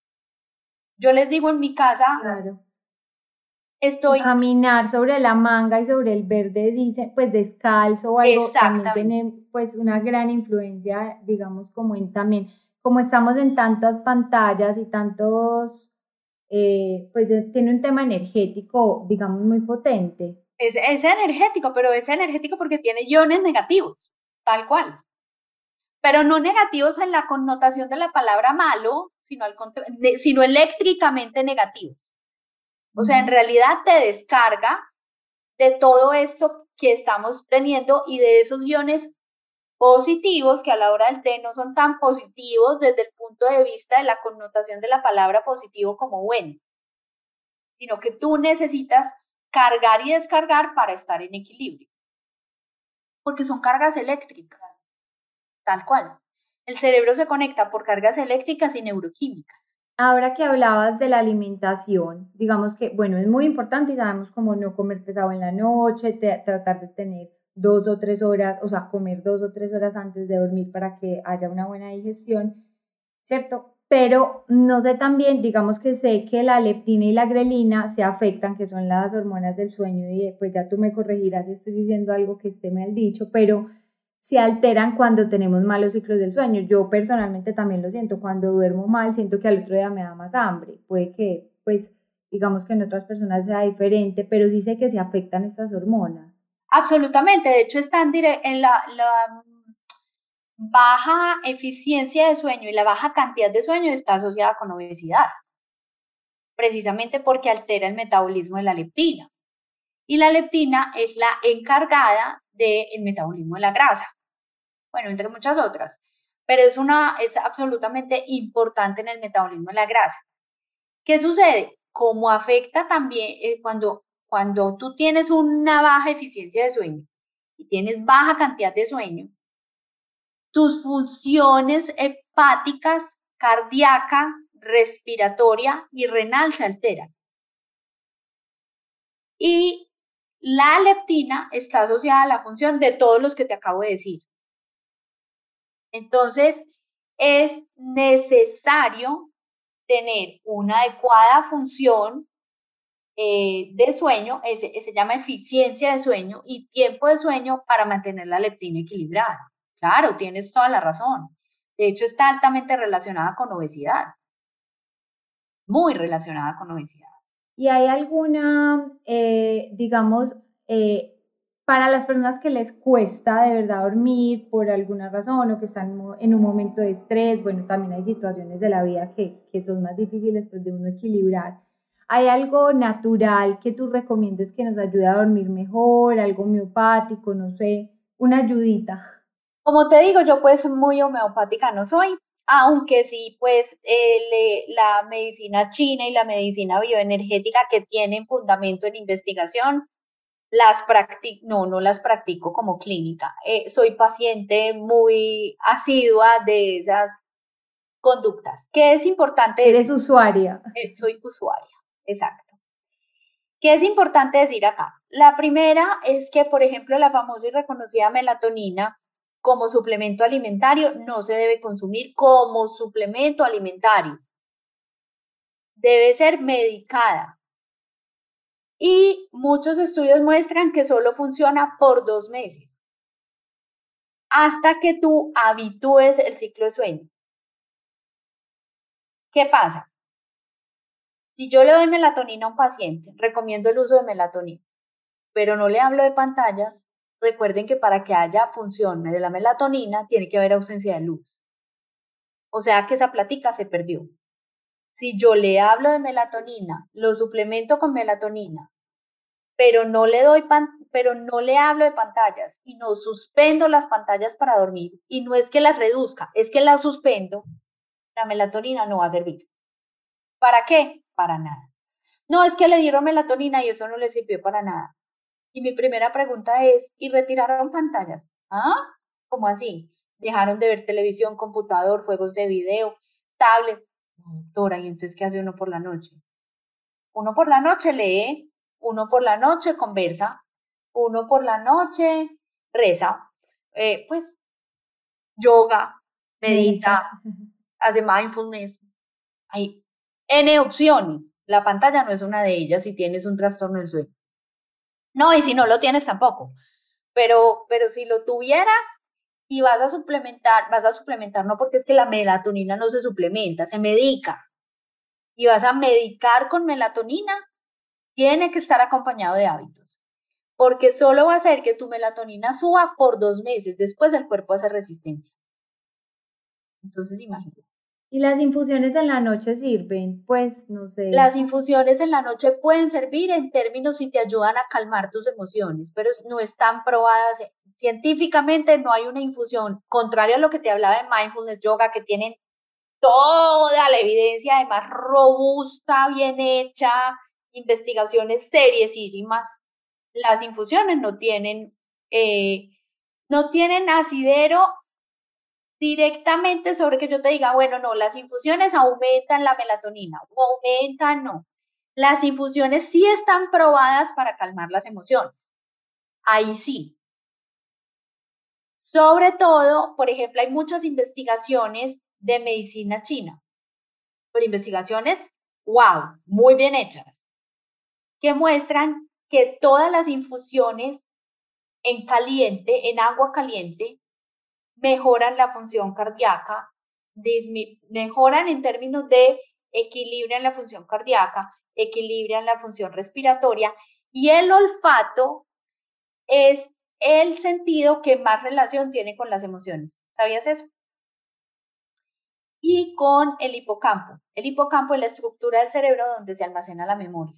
Yo les digo en mi casa, Claro. estoy... Caminar sobre la manga y sobre el verde, dice, pues descalzo o algo, también tiene pues una gran influencia, digamos, como en también, como estamos en tantas pantallas y tantos, pues tiene un tema energético, digamos, muy potente. Es energético, pero es energético porque tiene iones negativos, tal cual. Pero no negativos en la connotación de la palabra malo, sino eléctricamente negativos. O sea, en realidad te descarga de todo esto que estamos teniendo y de esos iones positivos que a la hora del té no son tan positivos desde el punto de vista de la connotación de la palabra positivo como bueno, sino que tú necesitas cargar y descargar para estar en equilibrio, porque son cargas eléctricas, tal cual. El cerebro se conecta por cargas eléctricas y neuroquímicas. Ahora que hablabas de la alimentación, digamos que, bueno, es muy importante y sabemos cómo no comer pesado en la noche, tratar de tener 2 o 3 horas, o sea, comer 2 o 3 horas antes de dormir para que haya una buena digestión, ¿cierto? Pero no sé también, digamos que sé que la leptina y la grelina se afectan, que son las hormonas del sueño, y pues ya tú me corregirás si estoy diciendo algo que esté mal dicho, pero se alteran cuando tenemos malos ciclos del sueño. Yo personalmente también lo siento, cuando duermo mal siento que al otro día me da más hambre. Puede que, pues, digamos que en otras personas sea diferente, pero sí sé que se afectan estas hormonas. Absolutamente, de hecho están en la baja eficiencia de sueño y la baja cantidad de sueño está asociada con obesidad, precisamente porque altera el metabolismo de la leptina. Y la leptina es la encargada del metabolismo de la grasa, bueno, entre muchas otras, pero es absolutamente importante en el metabolismo de la grasa. ¿Qué sucede? Como afecta también cuando tú tienes una baja eficiencia de sueño y tienes baja cantidad de sueño, tus funciones hepáticas, cardíaca, respiratoria y renal se alteran. Y la leptina está asociada a la función de todos los que te acabo de decir. Entonces, es necesario tener una adecuada función de sueño, se llama eficiencia de sueño y tiempo de sueño para mantener la leptina equilibrada. Claro, tienes toda la razón. De hecho, está altamente relacionada con obesidad, muy relacionada con obesidad. ¿Y hay alguna, digamos, para las personas que les cuesta de verdad dormir por alguna razón o que están en un momento de estrés? Bueno, también hay situaciones de la vida que son más difíciles pues, de uno equilibrar. ¿Hay algo natural que tú recomiendes que nos ayude a dormir mejor, algo homeopático, no sé, una ayudita? Como te digo, yo pues muy homeopática no soy, aunque sí pues la medicina china y la medicina bioenergética que tienen fundamento en investigación, no las practico como clínica. Soy paciente muy asidua de esas conductas. ¿Qué es importante Eres decir? usuaria. Soy usuaria, exacto. ¿Qué es importante decir acá? La primera es que, por ejemplo, la famosa y reconocida melatonina como suplemento alimentario no se debe consumir como suplemento alimentario. Debe ser medicada. Y muchos estudios muestran que solo funciona por 2 meses, hasta que tú habitúes el ciclo de sueño. ¿Qué pasa? Si yo le doy melatonina a un paciente, recomiendo el uso de melatonina, pero no le hablo de pantallas, recuerden que para que haya función de la melatonina tiene que haber ausencia de luz. O sea que esa plática se perdió. Si yo le hablo de melatonina, lo suplemento con melatonina, pero no le hablo de pantallas y no suspendo las pantallas para dormir, y no es que las reduzca, es que las suspendo, la melatonina no va a servir. ¿Para qué? Para nada. No, es que le dieron melatonina y eso no le sirvió para nada. Y mi primera pregunta es, ¿y retiraron pantallas? ¿Ah? ¿Cómo así? ¿Dejaron de ver televisión, computador, juegos de video, tablet? Doctora, ¿y entonces qué hace uno por la noche? Uno por la noche lee, uno por la noche conversa, uno por la noche reza, pues yoga, Medita. medita, hace mindfulness. Hay N opciones. La pantalla no es una de ellas si tienes un trastorno del sueño. No, y si no lo tienes tampoco. Pero si lo tuvieras y vas a suplementar no porque es que la melatonina no se suplementa, se medica. Y vas a medicar con melatonina, tiene que estar acompañado de hábitos. Porque solo va a hacer que tu melatonina suba por 2 meses, después el cuerpo hace resistencia. Entonces, imagínate. ¿Y las infusiones en la noche sirven? Pues no sé. Las infusiones en la noche pueden servir en términos si te ayudan a calmar tus emociones, pero no están probadas científicamente. No hay una infusión, contrario a lo que te hablaba de mindfulness yoga, que tienen toda la evidencia además robusta, bien hecha, investigaciones seriosísimas. Las infusiones no tienen asidero directamente sobre que yo te diga, bueno, no, las infusiones aumentan la melatonina, o aumentan, no. Las infusiones sí están probadas para calmar las emociones. Ahí sí. Sobre todo, por ejemplo, hay muchas investigaciones de medicina china, pero investigaciones, wow, muy bien hechas, que muestran que todas las infusiones en caliente, en agua caliente, mejoran la función cardíaca, mejoran en términos de equilibran la función cardíaca, equilibran la función respiratoria, y el olfato es el sentido que más relación tiene con las emociones. ¿Sabías eso? Y con el hipocampo. El hipocampo es la estructura del cerebro donde se almacena la memoria.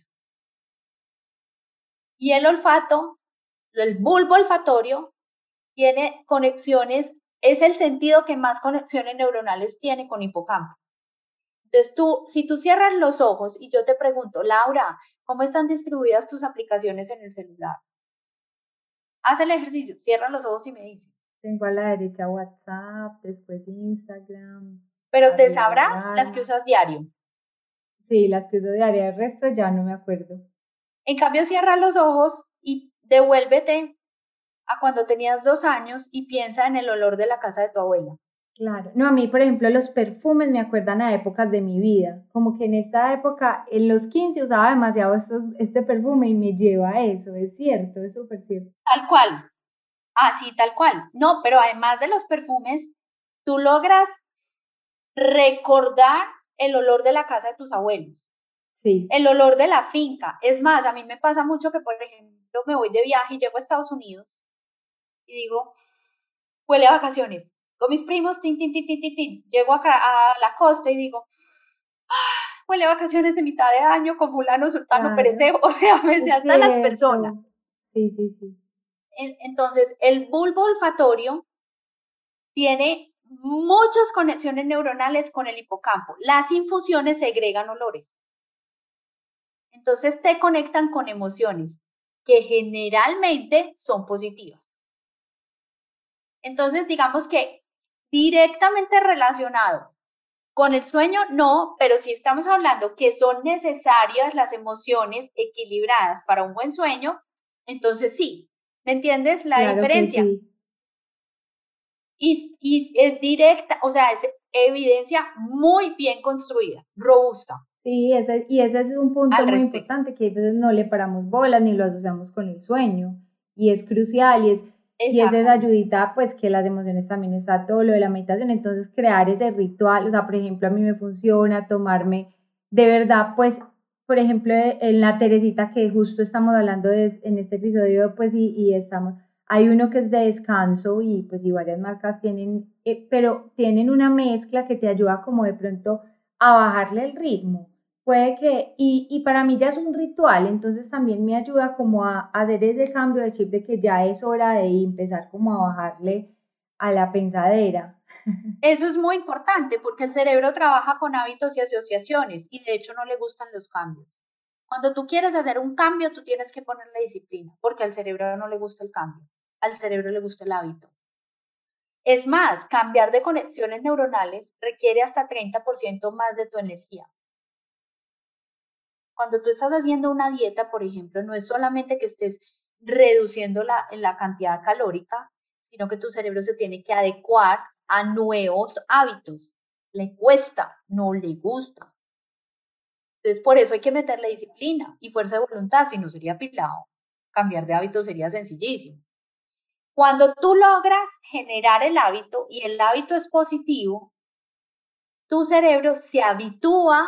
Y el olfato, el bulbo olfatorio, tiene conexiones, es el sentido que más conexiones neuronales tiene con hipocampo. Entonces si tú cierras los ojos y yo te pregunto, Laura, ¿cómo están distribuidas tus aplicaciones en el celular? Haz el ejercicio, cierra los ojos y me dices. Tengo a la derecha WhatsApp, después Instagram. Pero te arriba sabrás las que Alarma. usas diario. Sí, las que uso diario, el resto ya no me acuerdo. En cambio, cierra los ojos y devuélvete a cuando tenías 2 años y piensa en el olor de la casa de tu abuela. Claro. No, a mí, por ejemplo, los perfumes me acuerdan a épocas de mi vida. Como que en esta época, en los 15 usaba demasiado este perfume y me lleva a eso. Es cierto, es súper cierto. Tal cual, así tal cual. No, pero además de los perfumes, tú logras recordar el olor de la casa de tus abuelos, Sí. el olor de la finca. Es más, a mí me pasa mucho que, por ejemplo, me voy de viaje y llego a Estados Unidos y digo, huele a vacaciones. Con mis primos, tin, tin, tin, tin, tin, tin. Llego acá a la costa y digo, huele a vacaciones de mitad de año con fulano, sultano, Claro, pereceo. O sea, me sé es hasta las cierto. personas. Sí, sí, sí. Entonces, el bulbo olfatorio tiene muchas conexiones neuronales con el hipocampo. Las infusiones segregan olores. Entonces te conectan con emociones que generalmente son positivas. Entonces, digamos que directamente relacionado con el sueño, no, pero si estamos hablando que son necesarias las emociones equilibradas para un buen sueño, entonces sí. ¿Me entiendes la Claro que diferencia? sí. Y es directa, o sea, es evidencia muy bien construida, robusta Sí, y ese es un punto al muy respecto. importante que a veces no le paramos bolas ni lo asociamos con el sueño. Y es crucial y es esa Exactamente. ayudita, pues que las emociones también está todo lo de la meditación. Entonces, crear ese ritual, o sea, por ejemplo, a mí me funciona tomarme de verdad, pues, por ejemplo, en la Teresita que justo estamos hablando en este episodio, pues, y estamos, hay uno que es de descanso y pues y varias marcas tienen, pero tienen una mezcla que te ayuda como de pronto a bajarle el ritmo. Puede que, y para mí ya es un ritual, entonces también me ayuda como a hacer ese cambio de chip de que ya es hora de empezar como a bajarle a la pensadera. Eso es muy importante porque el cerebro trabaja con hábitos y asociaciones y de hecho no le gustan los cambios. Cuando tú quieres hacer un cambio, tú tienes que ponerle disciplina porque al cerebro no le gusta el cambio, al cerebro le gusta el hábito. Es más, cambiar de conexiones neuronales requiere hasta 30% más de tu energía. Cuando tú estás haciendo una dieta, por ejemplo, no es solamente que estés reduciendo la cantidad calórica, sino que tu cerebro se tiene que adecuar a nuevos hábitos. Le cuesta, no le gusta. Entonces, por eso hay que meterle disciplina y fuerza de voluntad, si no sería pilado. Cambiar de hábito sería sencillísimo. Cuando tú logras generar el hábito y el hábito es positivo, tu cerebro se habitúa,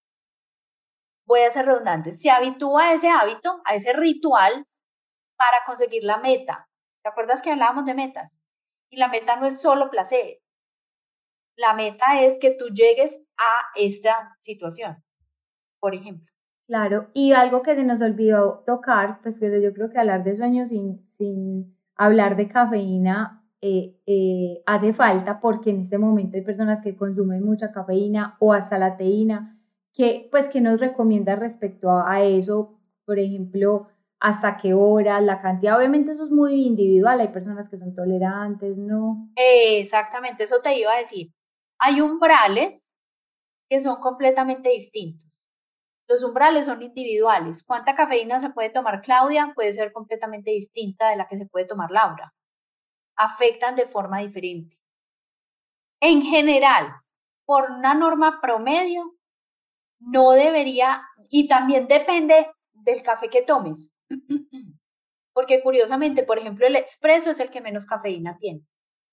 voy a ser redundante, se habitúa a ese hábito, a ese ritual para conseguir la meta. ¿Te acuerdas que hablábamos de metas? Y la meta no es solo placer. La meta es que tú llegues a esta situación, por ejemplo. Claro, y algo que se nos olvidó tocar, pues pero yo creo que hablar de sueño sin hablar de cafeína hace falta porque en este momento hay personas que consumen mucha cafeína o hasta la teína, que pues que nos recomienda respecto a eso, por ejemplo, hasta qué hora, la cantidad, obviamente eso es muy individual, hay personas que son tolerantes, ¿no? Exactamente, eso te iba a decir. Hay umbrales que son completamente distintos. Los umbrales son individuales. ¿Cuánta cafeína se puede tomar Claudia? Puede ser completamente distinta de la que se puede tomar Laura. Afectan de forma diferente. En general, por una norma promedio, no debería, y también depende del café que tomes. Porque curiosamente, por ejemplo, el expreso es el que menos cafeína tiene.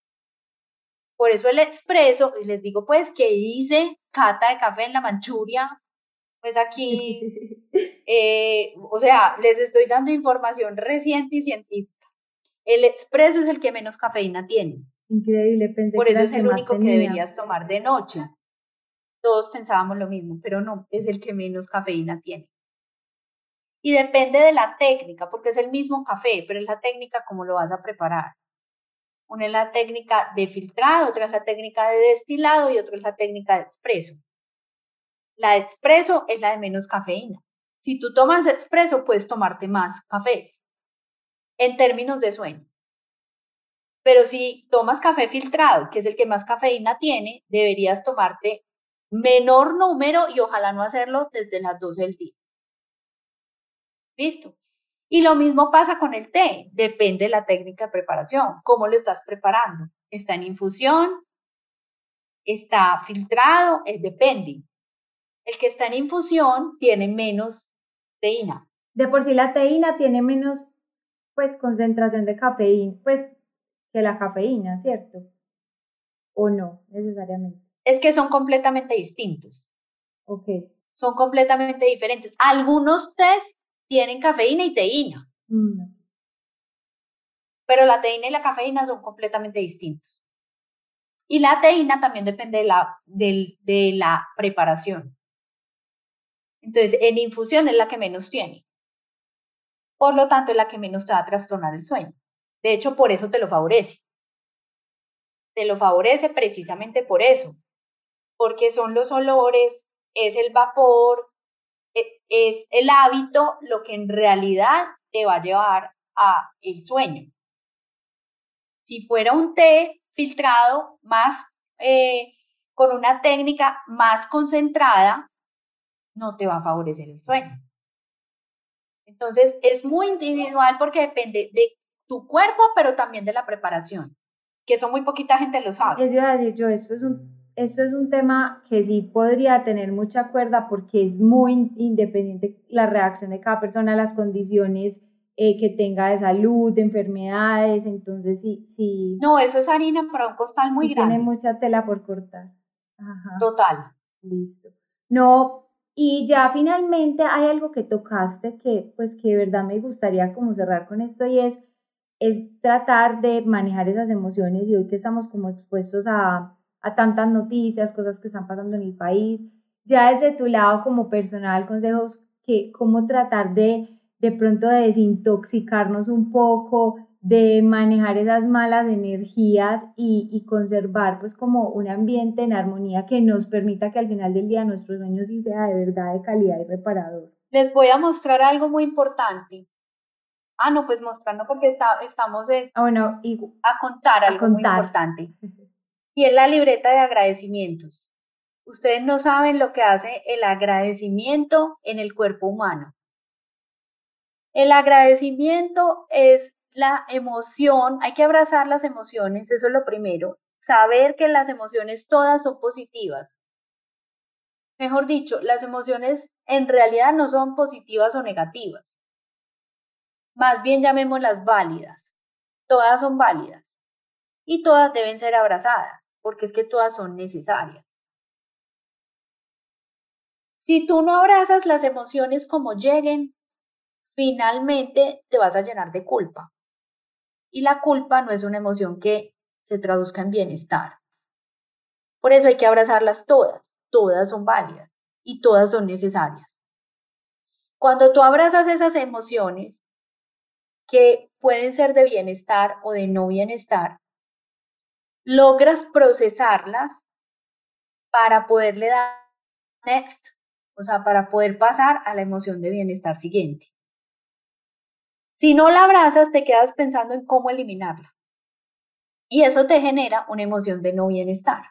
Por eso el expreso, y les digo pues que hice cata de café en la Manchuria, pues aquí, o sea, les estoy dando información reciente y científica. El expreso es el que menos cafeína tiene. Increíble, pensé Por que era eso el es que el más único que tenía. deberías tomar de noche. Todos pensábamos lo mismo, pero no, es el que menos cafeína tiene. Y depende de la técnica, porque es el mismo café, pero es la técnica como lo vas a preparar. Una es la técnica de filtrado, otra es la técnica de destilado y otra es la técnica de expreso. La de expreso es la de menos cafeína. Si tú tomas expreso, puedes tomarte más cafés en términos de sueño. Pero si tomas café filtrado, que es el que más cafeína tiene, deberías tomarte menor número y ojalá no hacerlo desde las 12 del día. Listo. Y lo mismo pasa con el té, depende de la técnica de preparación, cómo lo estás preparando. ¿Está en infusión? está filtrado, depende. El que está en infusión tiene menos teína. De por sí la teína tiene menos, pues, concentración de cafeína, pues, que la cafeína, ¿cierto? ¿O no, necesariamente? Es que son completamente distintos. Ok. Son completamente diferentes. Algunos tés tienen cafeína y teína, pero la teína y la cafeína son completamente distintos. Y la teína también depende de la preparación. Entonces, en infusión es la que menos tiene. Por lo tanto, es la que menos te va a trastornar el sueño. De hecho, por eso te lo favorece. Te lo favorece precisamente por eso. Porque son los olores, es el vapor, es el hábito lo que en realidad te va a llevar a el sueño. Si fuera un té filtrado más con una técnica más concentrada, no te va a favorecer el sueño. Entonces, es muy individual porque depende de tu cuerpo, pero también de la preparación, que eso muy poquita gente lo sabe. Eso iba a decir yo, esto es un tema que sí podría tener mucha cuerda porque es muy independiente la reacción de cada persona, las condiciones que tenga de salud, de enfermedades, entonces sí. No, eso es harina para un costal muy sí grande. Tiene mucha tela por cortar. Ajá. Total. Listo. No, y ya finalmente hay algo que tocaste que pues que de verdad me gustaría como cerrar con esto y es tratar de manejar esas emociones y hoy que estamos como expuestos a tantas noticias, cosas que están pasando en el país, ya desde tu lado como personal, consejos que cómo tratar de pronto de desintoxicarnos un poco, de manejar esas malas energías y conservar pues como un ambiente en armonía que nos permita que al final del día nuestro sueño sí sea de verdad de calidad y reparador. Les voy a mostrar algo muy importante. No, pues mostrando porque estamos bueno, a contar algo muy importante. Y es la libreta de agradecimientos. Ustedes no saben lo que hace el agradecimiento en el cuerpo humano. El agradecimiento es la emoción, hay que abrazar las emociones, eso es lo primero. Saber que las emociones todas son positivas. Mejor dicho, las emociones en realidad no son positivas o negativas. Más bien llamémoslas válidas. Todas son válidas y todas deben ser abrazadas, porque es que todas son necesarias. Si tú no abrazas las emociones como lleguen, finalmente te vas a llenar de culpa. Y la culpa no es una emoción que se traduzca en bienestar. Por eso hay que abrazarlas todas. Todas son válidas y todas son necesarias. Cuando tú abrazas esas emociones que pueden ser de bienestar o de no bienestar, logras procesarlas para poderle dar next, o sea, para poder pasar a la emoción de bienestar siguiente. Si no la abrazas, te quedas pensando en cómo eliminarla. Y eso te genera una emoción de no bienestar.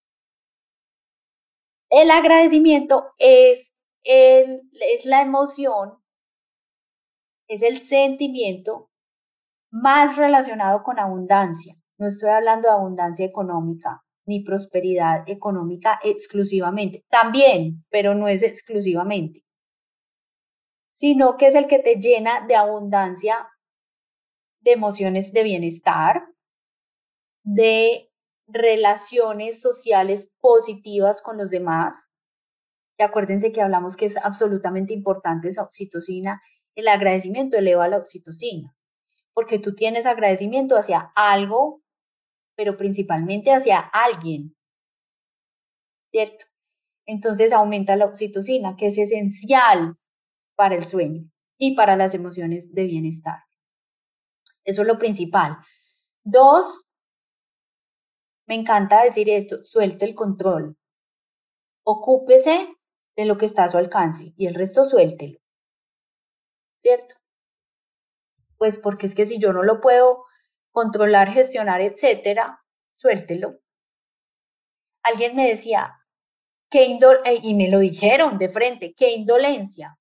El agradecimiento es la emoción, es el sentimiento más relacionado con abundancia. No estoy hablando de abundancia económica ni prosperidad económica exclusivamente. También, pero no es exclusivamente. Sino que es el que te llena de abundancia, de emociones de bienestar, de relaciones sociales positivas con los demás. Y acuérdense que hablamos que es absolutamente importante esa oxitocina. El agradecimiento eleva la oxitocina, porque tú tienes agradecimiento hacia algo, pero principalmente hacia alguien, ¿cierto? Entonces aumenta la oxitocina, que es esencial para el sueño y para las emociones de bienestar. Eso es lo principal. 2, me encanta decir esto, suelte el control. Ocúpese de lo que está a su alcance y el resto suéltelo, ¿cierto? Pues porque es que si yo no lo puedo controlar, gestionar, etcétera, suéltelo. Alguien me decía, y me lo dijeron de frente, qué indolencia.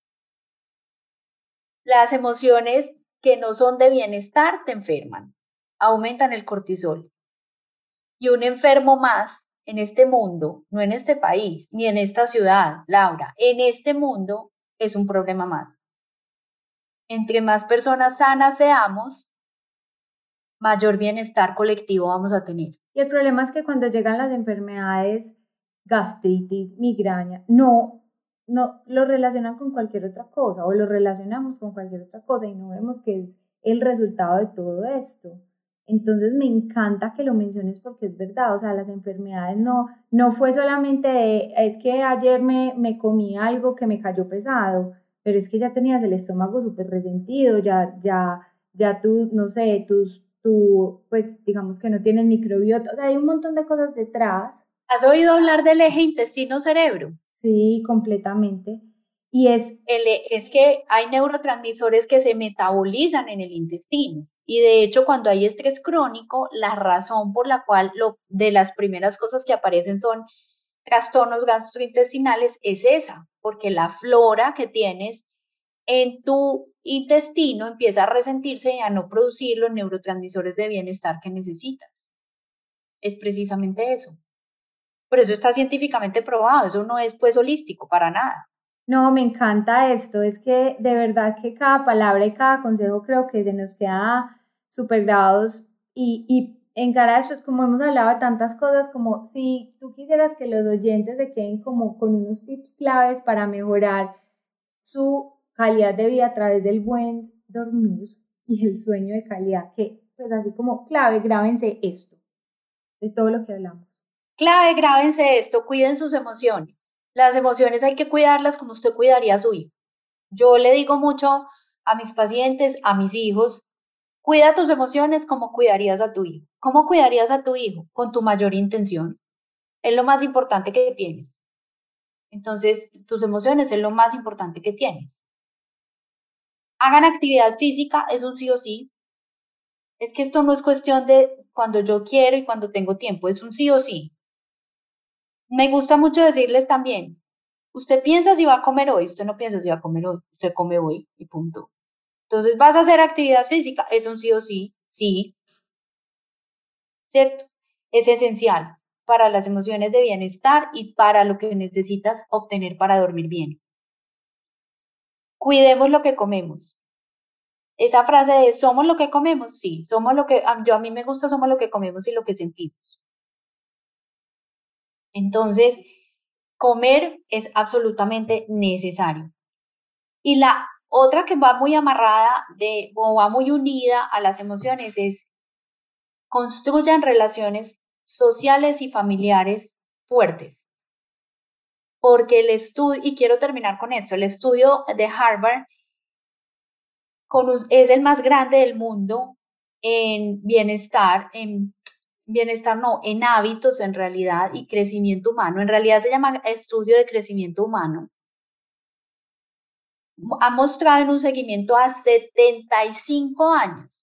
Las emociones que no son de bienestar te enferman, aumentan el cortisol. Y un enfermo más en este mundo, no en este país, ni en esta ciudad, Laura, en este mundo es un problema más. Entre más personas sanas seamos, mayor bienestar colectivo vamos a tener. Y el problema es que cuando llegan las enfermedades, gastritis, migraña, no lo relacionan con cualquier otra cosa o lo relacionamos con cualquier otra cosa y no vemos que es el resultado de todo esto. Entonces me encanta que lo menciones porque es verdad, o sea, las enfermedades no fue solamente de, es que ayer me comí algo que me cayó pesado, pero es que ya tenías el estómago súper resentido, ya tú, no sé, tú, pues digamos que no tienes microbiota, o sea, hay un montón de cosas detrás. ¿Has oído hablar del eje intestino-cerebro? Sí, completamente. Y Es que hay neurotransmisores que se metabolizan en el intestino. Y de hecho, cuando hay estrés crónico, la razón por la cual de las primeras cosas que aparecen son trastornos gastrointestinales es esa, porque la flora que tienes en tu intestino empieza a resentirse y a no producir los neurotransmisores de bienestar que necesitas. Es precisamente eso. Pero eso está científicamente probado, eso no es pues holístico para nada. no, me encanta esto, es que de verdad que cada palabra y cada consejo creo que se nos queda súper grabados y en cara a esto es como hemos hablado de tantas cosas, como si tú quisieras que los oyentes se queden como con unos tips claves para mejorar su calidad de vida a través del buen dormir y el sueño de calidad, que pues así como clave, grábense esto, de todo lo que hablamos. Clave, grábense esto, cuiden sus emociones. Las emociones hay que cuidarlas como usted cuidaría a su hijo. Yo le digo mucho a mis pacientes, a mis hijos, cuida tus emociones como cuidarías a tu hijo. ¿Cómo cuidarías a tu hijo? Con tu mayor intención. Es lo más importante que tienes. Entonces, tus emociones es lo más importante que tienes. Hagan actividad física, es un sí o sí. Es que esto no es cuestión de cuando yo quiero y cuando tengo tiempo, es un sí o sí. Me gusta mucho decirles también, usted piensa si va a comer hoy, usted no piensa si va a comer hoy, usted come hoy y punto. Entonces, ¿vas a hacer actividad física? Es un sí o sí, sí, ¿cierto? Es esencial para las emociones de bienestar y para lo que necesitas obtener para dormir bien. Cuidemos lo que comemos. Esa frase de somos lo que comemos, sí, somos lo que, a mí me gusta somos lo que comemos y lo que sentimos. Entonces, comer es absolutamente necesario. Y la otra que va muy amarrada o va muy unida a las emociones es construyan relaciones sociales y familiares fuertes. Porque el estudio, y quiero terminar con esto, el estudio de Harvard es el más grande del mundo en bienestar no, en hábitos en realidad y crecimiento humano. En realidad se llama estudio de crecimiento humano. Ha mostrado en un seguimiento a 75 años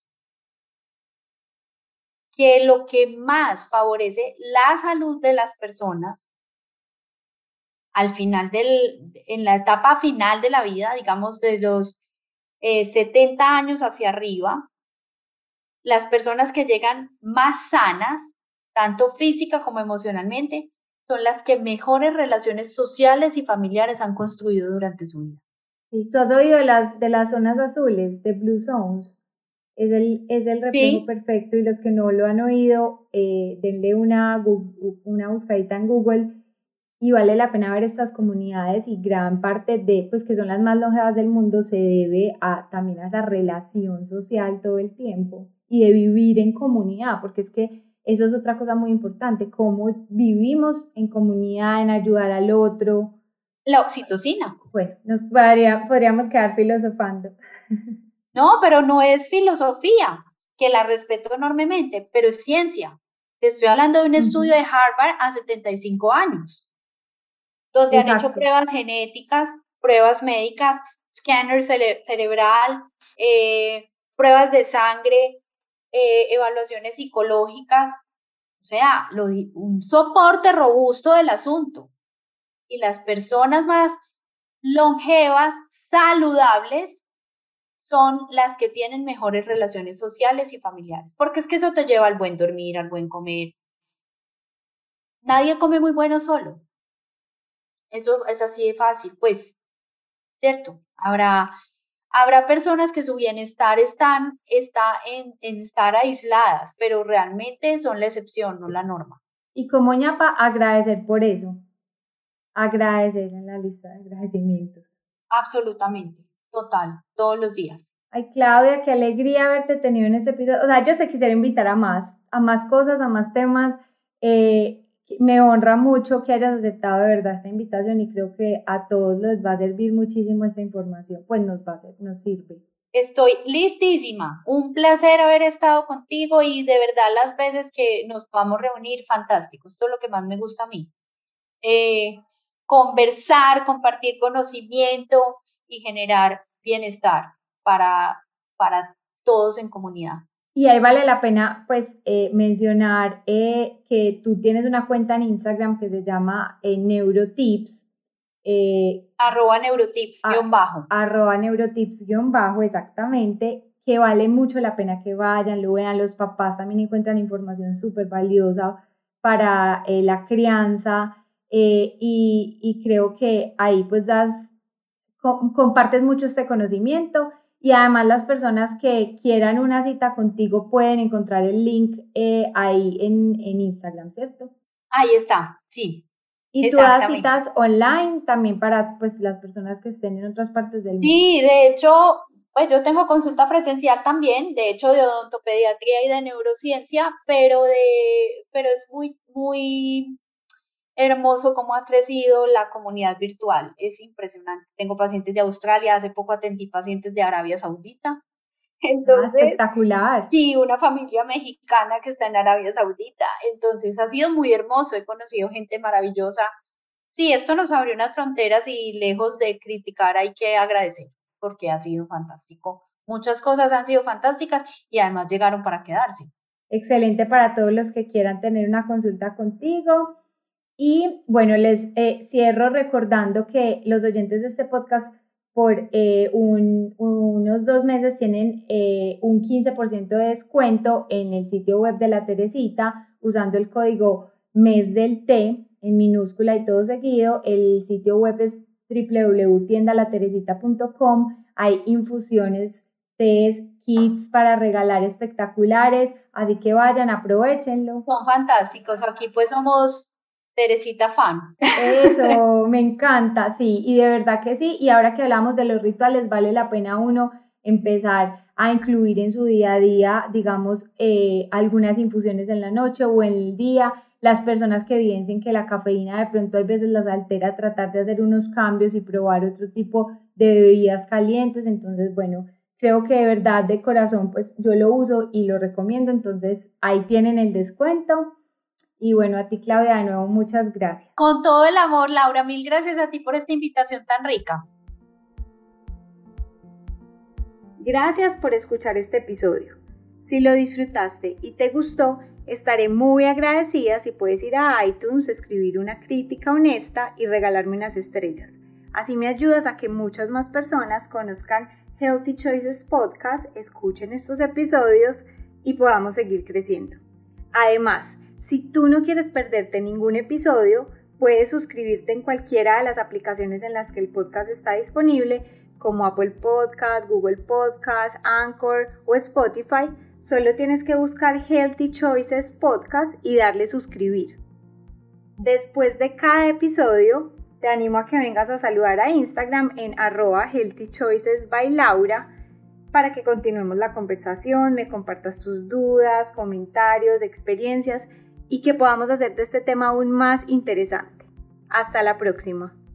que lo que más favorece la salud de las personas al final en la etapa final de la vida, digamos de los 70 años hacia arriba, las personas que llegan más sanas, tanto física como emocionalmente, son las que mejores relaciones sociales y familiares han construido durante su vida. Sí, tú has oído de las zonas azules, de Blue Zones. Es el reflejo Sí, perfecto y los que no lo han oído, denle una buscadita en Google y vale la pena ver estas comunidades y gran parte de, pues que son las más longevas del mundo, se debe también a esa relación social todo el tiempo y de vivir en comunidad, porque es que eso es otra cosa muy importante, cómo vivimos en comunidad, en ayudar al otro. la oxitocina. Bueno, podríamos quedar filosofando. No, pero no es filosofía, que la respeto enormemente, pero es ciencia. Te estoy hablando de un estudio de Harvard a 75 años, donde han hecho Exacto. pruebas genéticas, pruebas médicas, escáner cerebral, pruebas de sangre, evaluaciones psicológicas, o sea, un soporte robusto del asunto. Y las personas más longevas, saludables, son las que tienen mejores relaciones sociales y familiares, porque es que eso te lleva al buen dormir, al buen comer. nadie come muy bueno solo. Eso es así de fácil, pues, ¿cierto? Habrá personas que su bienestar está en estar aisladas, pero realmente son la excepción, no la norma. Y como ñapa, agradecer por eso. Agradecer en la lista de agradecimientos. Absolutamente, total, todos los días. Ay, Claudia, qué alegría haberte tenido en este episodio. O sea, yo te quisiera invitar a más cosas, a más temas. Me honra mucho que hayas aceptado de verdad esta invitación y creo que a todos les va a servir muchísimo esta información. Pues nos sirve. Estoy listísima. Un placer haber estado contigo y de verdad las veces que nos podamos reunir, fantástico. Esto es lo que más me gusta a mí. Conversar, compartir conocimiento y generar bienestar para todos en comunidad. Y ahí vale la pena pues mencionar que tú tienes una cuenta en Instagram que se llama Neurotips. @neurotips_. @neurotips_, exactamente, que vale mucho la pena que vayan, lo vean. Los papás también encuentran información súper valiosa para la crianza y creo que ahí pues compartes mucho este conocimiento. Y además las personas que quieran una cita contigo pueden encontrar el link ahí en Instagram, ¿cierto? Ahí está, sí. Y tú das citas online también para pues las personas que estén en otras partes del mundo. Sí, de hecho, pues yo tengo consulta presencial también, de hecho de odontopediatría y de neurociencia, pero es muy, muy hermoso cómo ha crecido la comunidad virtual, es impresionante. Tengo pacientes de Australia, hace poco atendí pacientes de Arabia Saudita. Entonces, espectacular. Sí, una familia mexicana que está en Arabia Saudita. Entonces ha sido muy hermoso, he conocido gente maravillosa. Sí, esto nos abrió unas fronteras y lejos de criticar hay que agradecer porque ha sido fantástico. Muchas cosas han sido fantásticas y además llegaron para quedarse. Excelente para todos los que quieran tener una consulta contigo. Y bueno, les cierro recordando que los oyentes de este podcast por unos 2 meses tienen un 15% de descuento en el sitio web de La Teresita usando el código mes del té en minúscula y todo seguido. El sitio web es www.tiendalateresita.com. Hay infusiones, tés, kits para regalar espectaculares, así que vayan, aprovechenlo. Son fantásticos, aquí pues somos Teresita fan. Eso, me encanta, sí, y de verdad que sí. Y ahora que hablamos de los rituales, vale la pena uno empezar a incluir en su día a día, digamos, algunas infusiones en la noche o en el día. Las personas que evidencien que la cafeína de pronto a veces las altera, tratar de hacer unos cambios y probar otro tipo de bebidas calientes. Entonces, bueno, creo que de verdad, de corazón, pues yo lo uso y lo recomiendo. Entonces, ahí tienen el descuento. Y bueno, a ti, Claudia, de nuevo, muchas gracias. Con todo el amor, Laura, mil gracias a ti por esta invitación tan rica. Gracias por escuchar este episodio. Si lo disfrutaste y te gustó, estaré muy agradecida si puedes ir a iTunes, escribir una crítica honesta y regalarme unas estrellas. Así me ayudas a que muchas más personas conozcan Healthy Choices Podcast, escuchen estos episodios y podamos seguir creciendo. Además, si tú no quieres perderte ningún episodio, puedes suscribirte en cualquiera de las aplicaciones en las que el podcast está disponible, como Apple Podcasts, Google Podcasts, Anchor o Spotify. Solo tienes que buscar Healthy Choices Podcast y darle suscribir. Después de cada episodio, te animo a que vengas a saludar a Instagram en @healthychoicesbylaura para que continuemos la conversación, me compartas tus dudas, comentarios, experiencias y que podamos hacer de este tema aún más interesante. Hasta la próxima.